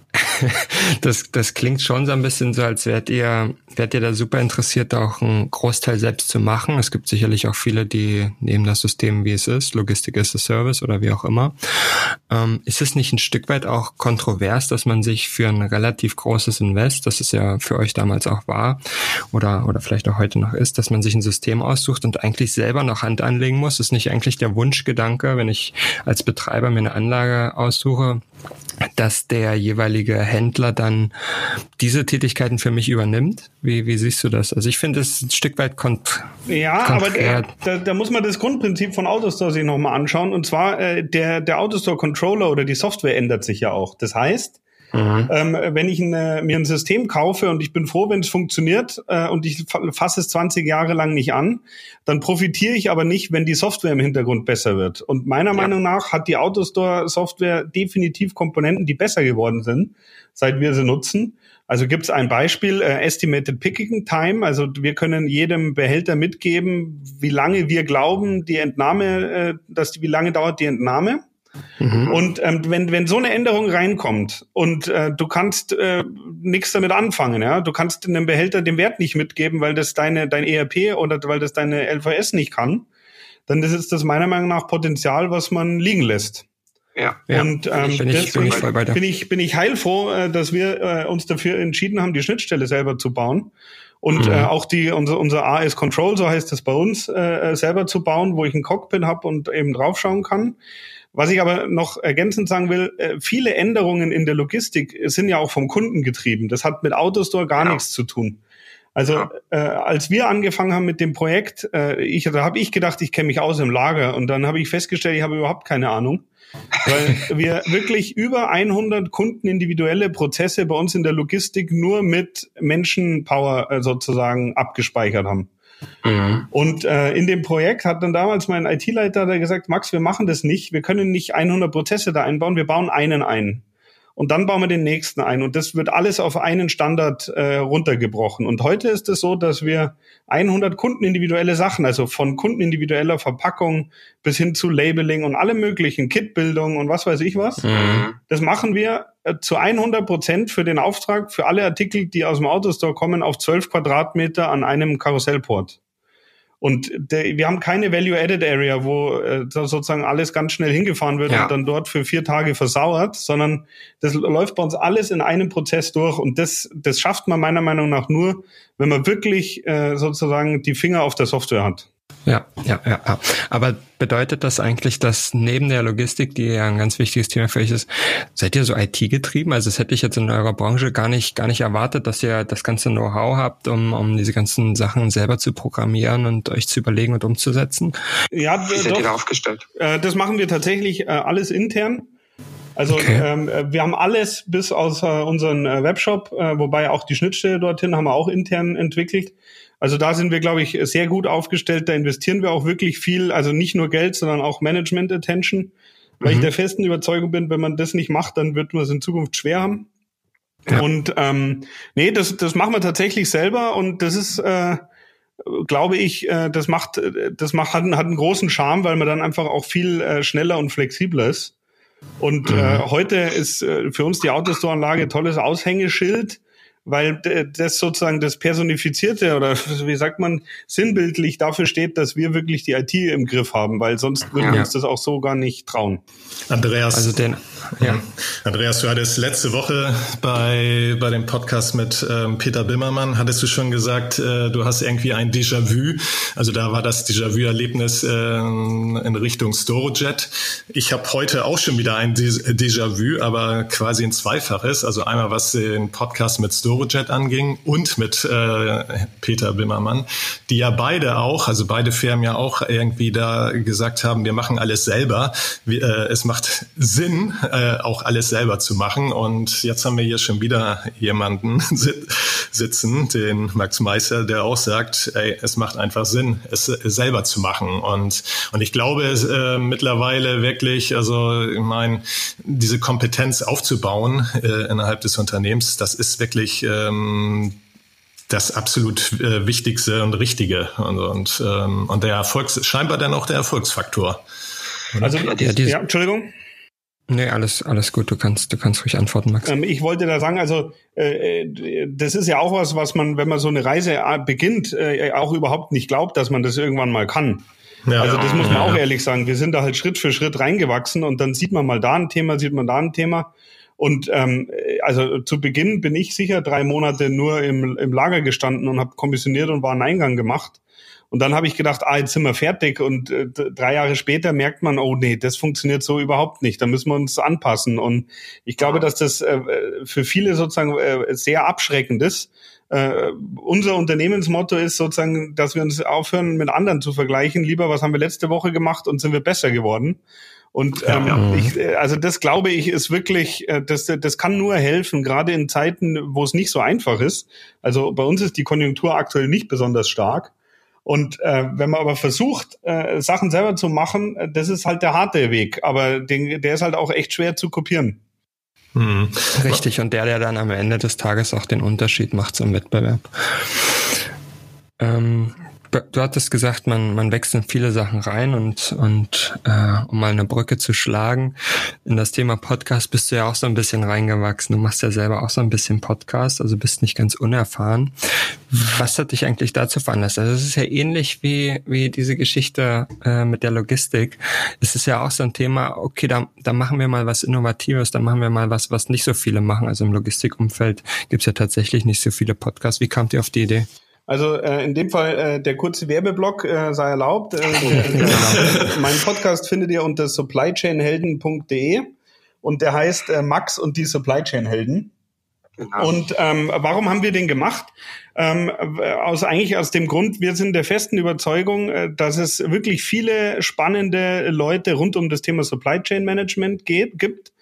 S4: Das, das klingt schon so ein bisschen so, als wärt ihr, wärt ihr da super interessiert, auch einen Großteil selbst zu machen. Es gibt sicherlich auch viele, die nehmen das System, wie es ist, Logistik as a Service oder wie auch immer. Ähm, ist es nicht ein Stück weit auch kontrovers, dass man sich für ein relativ großes Invest, das es ja für euch damals auch war, oder, oder vielleicht auch heute noch ist, dass man sich ein System aussucht und eigentlich selber noch Hand anlegen muss? Ist nicht eigentlich der Wunschgedanke, wenn ich als Betreiber mir eine Anlage aussuche, dass der jeweilige Händler dann diese Tätigkeiten für mich übernimmt? Wie, wie siehst du das? Also ich finde es ein Stück weit kont-
S1: Ja, konträr. aber da, da muss man das Grundprinzip von AutoStore sich nochmal anschauen. Und zwar äh, der, der AutoStore-Controller oder die Software ändert sich ja auch. Das heißt, Mhm. Ähm, wenn ich eine, mir ein System kaufe und ich bin froh, wenn es funktioniert äh, und ich fasse es zwanzig Jahre lang nicht an, dann profitiere ich aber nicht, wenn die Software im Hintergrund besser wird. Und meiner ja. Meinung nach hat die AutoStore-Software definitiv Komponenten, die besser geworden sind, seit wir sie nutzen. Also gibt es ein Beispiel, äh, Estimated Picking Time. Also wir können jedem Behälter mitgeben, wie lange wir glauben, die Entnahme, äh, dass die, wie lange dauert die Entnahme. Mhm. Und ähm, wenn wenn so eine Änderung reinkommt und äh, du kannst äh, nichts damit anfangen, ja, du kannst einem Behälter den Wert nicht mitgeben, weil das deine dein E R P oder weil das deine L V S nicht kann, dann ist das meiner Meinung nach Potenzial, was man liegen lässt.
S6: Ja.
S1: Und ähm,
S4: bin ich, bin ich, voll bei dir.
S1: bin ich bin ich heilfroh, äh, dass wir äh, uns dafür entschieden haben, die Schnittstelle selber zu bauen. Und mhm. äh, auch die unser unser A S Control, so heißt das bei uns, äh, selber zu bauen, wo ich ein Cockpit habe und eben draufschauen kann. Was ich aber noch ergänzend sagen will, äh, viele Änderungen in der Logistik sind ja auch vom Kunden getrieben. Das hat mit AutoStore gar ja. nichts zu tun. Also ja. äh, als wir angefangen haben mit dem Projekt, äh, ich, da habe ich gedacht, ich kenne mich aus im Lager. Und dann habe ich festgestellt, ich habe überhaupt keine Ahnung. Weil wir wirklich über hundert kundenindividuelle Prozesse bei uns in der Logistik nur mit Menschenpower äh, sozusagen abgespeichert haben. Mhm. Und äh, in dem Projekt hat dann damals mein I T-Leiter da gesagt, Max, wir machen das nicht, wir können nicht hundert Prozesse da einbauen, wir bauen einen ein. Und dann bauen wir den nächsten ein. Und das wird alles auf einen Standard äh, runtergebrochen. Und heute ist es so, dass wir hundert kundenindividuelle Sachen, also von kundenindividueller Verpackung bis hin zu Labeling und allem möglichen, Kitbildung und was weiß ich was, mhm. das machen wir äh, zu hundert Prozent für den Auftrag, für alle Artikel, die aus dem AutoStore kommen, auf zwölf Quadratmeter an einem Karussellport. Und der, wir haben keine Value-Added-Area, wo äh, sozusagen alles ganz schnell hingefahren wird ja. und dann dort für vier Tage versauert, sondern das läuft bei uns alles in einem Prozess durch. Und das, das schafft man meiner Meinung nach nur, wenn man wirklich äh, sozusagen die Finger auf der Software hat.
S4: Ja, ja, ja, ja. Aber bedeutet das eigentlich, dass neben der Logistik, die ja ein ganz wichtiges Thema für euch ist, seid ihr so I T getrieben? Also das hätte ich jetzt in eurer Branche gar nicht, gar nicht erwartet, dass ihr das ganze Know-how habt, um, um diese ganzen Sachen selber zu programmieren und euch zu überlegen und umzusetzen.
S1: Ja,
S6: wie seid ihr da aufgestellt?
S1: Äh, das machen wir tatsächlich äh, alles intern. Also okay. ähm, wir haben alles bis aus äh, unseren äh, Webshop, äh, wobei auch die Schnittstelle dorthin haben wir auch intern entwickelt. Also da sind wir, glaube ich, sehr gut aufgestellt. Da investieren wir auch wirklich viel, also nicht nur Geld, sondern auch Management-Attention, weil mhm. ich der festen Überzeugung bin, wenn man das nicht macht, dann wird man es in Zukunft schwer haben. Ja. Und ähm, nee, das, das machen wir tatsächlich selber und das ist, äh, glaube ich, äh, das macht, das macht hat, hat einen großen Charme, weil man dann einfach auch viel äh, schneller und flexibler ist. Und mhm. äh, heute ist äh, für uns die AutoStore-Anlage ein tolles Aushängeschild. weil das sozusagen das Personifizierte oder wie sagt man, sinnbildlich dafür steht, dass wir wirklich die I T im Griff haben, weil sonst würden wir
S4: ja.
S1: uns das auch so gar nicht trauen.
S5: Andreas,
S4: also den, ja.
S5: Andreas, du hattest letzte Woche bei bei dem Podcast mit ähm, Peter Bimmermann, hattest du schon gesagt, äh, du hast irgendwie ein Déjà-vu. Also da war das Déjà-vu-Erlebnis äh, in Richtung Storjet. Ich habe heute auch schon wieder ein Déjà-vu, aber quasi ein zweifaches. Also einmal was den Podcast mit Storjet anging und mit äh, Peter Bimmermann, die ja beide auch, also beide Firmen ja auch irgendwie da gesagt haben, wir machen alles selber. Wir, äh, es macht Sinn, äh, auch alles selber zu machen. Und jetzt haben wir hier schon wieder jemanden sitzen, den Max Meißer, der auch sagt, ey, es macht einfach Sinn, es selber zu machen. Und und ich glaube es, äh, mittlerweile wirklich, also ich meine, diese Kompetenz aufzubauen äh, innerhalb des Unternehmens, das ist wirklich ähm, das absolut äh, Wichtigste und Richtige. Und, und, ähm, und der Erfolgs, scheinbar dann auch der Erfolgsfaktor.
S1: Also,
S4: ja, die,
S1: ja, Entschuldigung.
S4: Nee, alles, alles gut. Du kannst, du kannst ruhig antworten, Max.
S1: Ähm, ich wollte da sagen, also, äh, das ist ja auch was, was man, wenn man so eine Reise beginnt, äh, auch überhaupt nicht glaubt, dass man das irgendwann mal kann. Ja, also, das muss man ja, auch ehrlich sagen. Wir sind da halt Schritt für Schritt reingewachsen und dann sieht man mal da ein Thema, sieht man da ein Thema. Und, ähm, also, zu Beginn bin ich sicher drei Monate nur im, im Lager gestanden und habe kommissioniert und war einen Eingang gemacht. Und dann habe ich gedacht, ah, jetzt sind wir fertig. Und äh, drei Jahre später merkt man, oh nee, das funktioniert so überhaupt nicht. Da müssen wir uns anpassen. Und ich glaube, dass das äh, für viele sozusagen äh, sehr abschreckend ist. Äh, unser Unternehmensmotto ist sozusagen, dass wir uns aufhören, mit anderen zu vergleichen. Lieber, was haben wir letzte Woche gemacht und sind wir besser geworden? Und ähm, ja. ich, also das glaube ich ist wirklich, äh, das, das kann nur helfen, gerade in Zeiten, wo es nicht so einfach ist. Also bei uns ist die Konjunktur aktuell nicht besonders stark. Und äh, wenn man aber versucht, äh, Sachen selber zu machen, äh, das ist halt der harte Weg. Aber den, der ist halt auch echt schwer zu kopieren.
S4: Mhm. Richtig, und der, der dann am Ende des Tages auch den Unterschied macht zum Wettbewerb. Ähm, du hattest gesagt, man, man wächst in viele Sachen rein und, und äh, um mal eine Brücke zu schlagen, in das Thema Podcast bist du ja auch so ein bisschen reingewachsen. Du machst ja selber auch so ein bisschen Podcast, also bist nicht ganz unerfahren. Was hat dich eigentlich dazu veranlasst? Also es ist ja ähnlich wie wie diese Geschichte äh, mit der Logistik. Es ist ja auch so ein Thema, okay, da, da machen wir mal was Innovatives, da machen wir mal was, was nicht so viele machen. Also im Logistikumfeld gibt's ja tatsächlich nicht so viele Podcasts. Wie kamt ihr auf die Idee?
S1: Also äh, in dem Fall äh, der kurze Werbeblock äh, sei erlaubt. Äh, der, mein Podcast findet ihr unter supply chain helden punkt de und der heißt äh, Max und die Supply Chain Helden. Genau. Und ähm, warum haben wir den gemacht? Ähm, aus eigentlich aus dem Grund, wir sind der festen Überzeugung, äh, dass es wirklich viele spannende Leute rund um das Thema Supply Chain Management geht, gibt.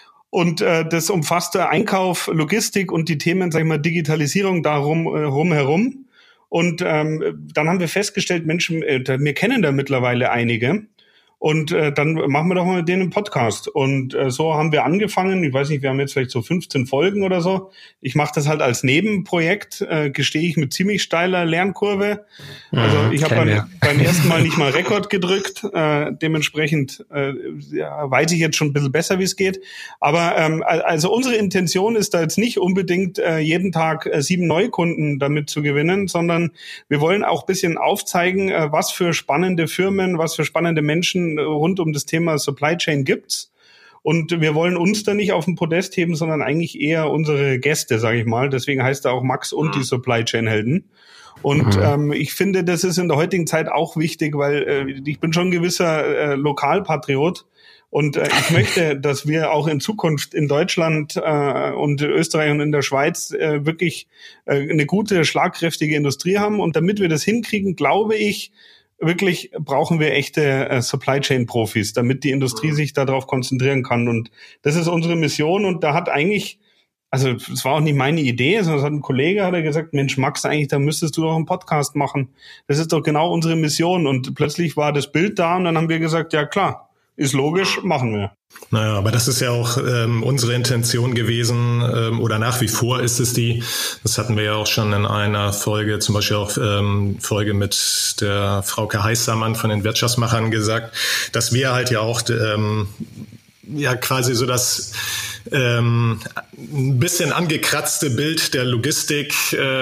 S1: Und äh, das umfasst Einkauf, Logistik und die Themen, sag ich mal, Digitalisierung darum äh, rumherum. Und ähm, dann haben wir festgestellt, Menschen, äh, wir kennen da mittlerweile einige. Und äh, dann machen wir doch mal mit denen einen Podcast. Und äh, so haben wir angefangen. Ich weiß nicht, wir haben jetzt vielleicht so fünfzehn Folgen oder so. Ich mache das halt als Nebenprojekt, äh, gestehe ich, mit ziemlich steiler Lernkurve. Also ich habe beim, beim ersten Mal nicht mal Rekord gedrückt. Äh, dementsprechend äh, ja, weiß ich jetzt schon ein bisschen besser, wie es geht. Aber ähm, also unsere Intention ist da jetzt nicht unbedingt äh, jeden Tag äh, sieben Neukunden damit zu gewinnen, sondern wir wollen auch ein bisschen aufzeigen, äh, was für spannende Firmen, was für spannende Menschen rund um das Thema Supply Chain gibt's. Und wir wollen uns da nicht auf den Podest heben, sondern eigentlich eher unsere Gäste, sage ich mal. Deswegen heißt er auch Max und die Supply Chain Helden. Und mhm. ähm, ich finde, das ist in der heutigen Zeit auch wichtig, weil äh, ich bin schon ein gewisser äh, Lokalpatriot. Und äh, ich möchte, dass wir auch in Zukunft in Deutschland äh, und in Österreich und in der Schweiz äh, wirklich äh, eine gute, schlagkräftige Industrie haben. Und damit wir das hinkriegen, glaube ich, wirklich brauchen wir echte äh, Supply Chain Profis, damit die Industrie sich darauf konzentrieren kann. Und das ist unsere Mission. Und da hat eigentlich, also es war auch nicht meine Idee, sondern es hat ein Kollege, hat er gesagt, Mensch, Max, eigentlich, da müsstest du doch einen Podcast machen. Das ist doch genau unsere Mission. Und plötzlich war das Bild da und dann haben wir gesagt, ja klar, ist logisch, machen wir.
S5: Naja, aber das ist ja auch ähm, unsere Intention gewesen, ähm, oder nach wie vor ist es die, das hatten wir ja auch schon in einer Folge, zum Beispiel auch ähm, Folge mit der Frauke Heißsammann von den Wirtschaftsmachern gesagt, dass wir halt ja auch ähm, ja quasi so das ähm, ein bisschen angekratzte Bild der Logistik.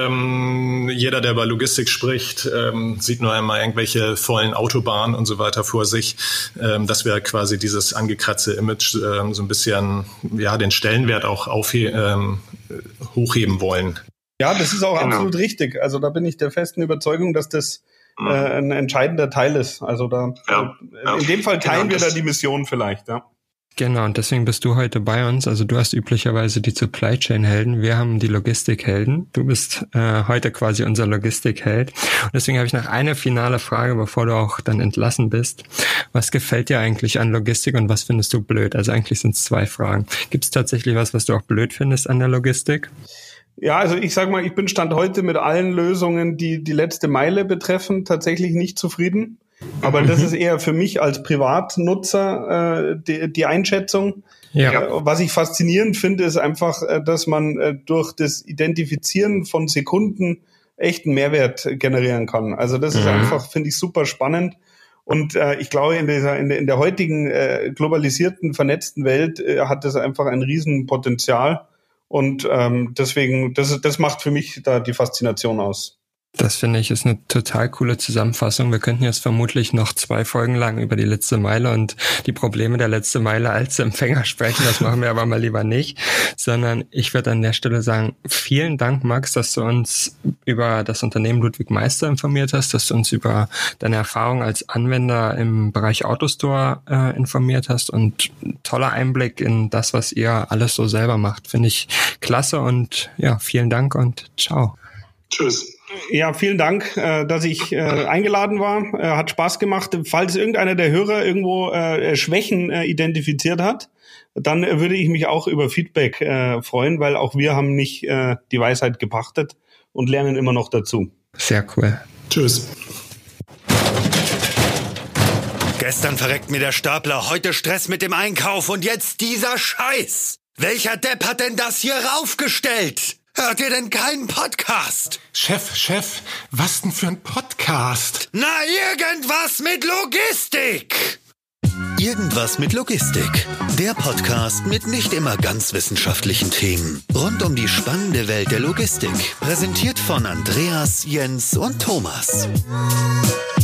S5: Ähm, jeder, der über Logistik spricht, ähm, sieht nur einmal irgendwelche vollen Autobahnen und so weiter vor sich, ähm, dass wir quasi dieses angekratzte Image ähm, so ein bisschen, ja, den Stellenwert auch aufhe- ähm, hochheben wollen.
S1: Ja, das ist auch
S6: Genau.
S1: absolut richtig. Also da bin ich der festen Überzeugung, dass das äh, ein entscheidender Teil ist. Also da
S6: Ja, ja.
S1: in dem Fall teilen
S6: Genau,
S1: wir da
S6: das-
S1: die Mission vielleicht, ja.
S4: Genau, und deswegen bist du heute bei uns. Also du hast üblicherweise die Supply Chain Helden, wir haben die Logistik-Helden. Du bist äh, heute quasi unser Logistik-Held. Und deswegen habe ich noch eine finale Frage, bevor du auch dann entlassen bist. Was gefällt dir eigentlich an Logistik und was findest du blöd? Also eigentlich sind es zwei Fragen. Gibt es tatsächlich was, was du auch blöd findest an der Logistik?
S1: Ja, also ich sag mal, ich bin Stand heute mit allen Lösungen, die die letzte Meile betreffen, tatsächlich nicht zufrieden. Aber das ist eher für mich als Privatnutzer äh, die, die Einschätzung.
S4: Ja.
S1: Äh, Was ich faszinierend finde, ist einfach, äh, dass man äh, durch das Identifizieren von Sekunden echten Mehrwert generieren kann. Also das ist
S4: Mhm.
S1: einfach, finde ich, super spannend. Und äh, ich glaube, in dieser in der, in der heutigen äh, globalisierten, vernetzten Welt äh, hat das einfach ein Riesenpotenzial. Und ähm, deswegen, das, das macht für mich da die Faszination aus.
S4: Das finde ich ist eine total coole Zusammenfassung. Wir könnten jetzt vermutlich noch zwei Folgen lang über die letzte Meile und die Probleme der letzten Meile als Empfänger sprechen. Das machen wir aber mal lieber nicht, sondern ich würde an der Stelle sagen, vielen Dank, Max, dass du uns über das Unternehmen Ludwig Meister informiert hast, dass du uns über deine Erfahrung als Anwender im Bereich Autostore äh, informiert hast und toller Einblick in das, was ihr alles so selber macht. Finde ich klasse und ja, vielen Dank und ciao.
S6: Tschüss.
S1: Ja, vielen Dank, äh, dass ich äh, eingeladen war. Äh, hat Spaß gemacht. Falls irgendeiner der Hörer irgendwo äh, Schwächen äh, identifiziert hat, dann äh, würde ich mich auch über Feedback äh, freuen, weil auch wir haben nicht äh, die Weisheit gepachtet und lernen immer noch dazu.
S4: Sehr cool.
S5: Tschüss.
S2: Gestern verreckt mir der Stapler, heute Stress mit dem Einkauf und jetzt dieser Scheiß. Welcher Depp hat denn das hier raufgestellt? Hört ihr denn keinen Podcast?
S3: Chef, Chef, was denn für ein Podcast?
S2: Na, irgendwas mit Logistik. Irgendwas mit Logistik. Der Podcast mit nicht immer ganz wissenschaftlichen Themen. Rund um die spannende Welt der Logistik. Präsentiert von Andreas, Jens und Thomas.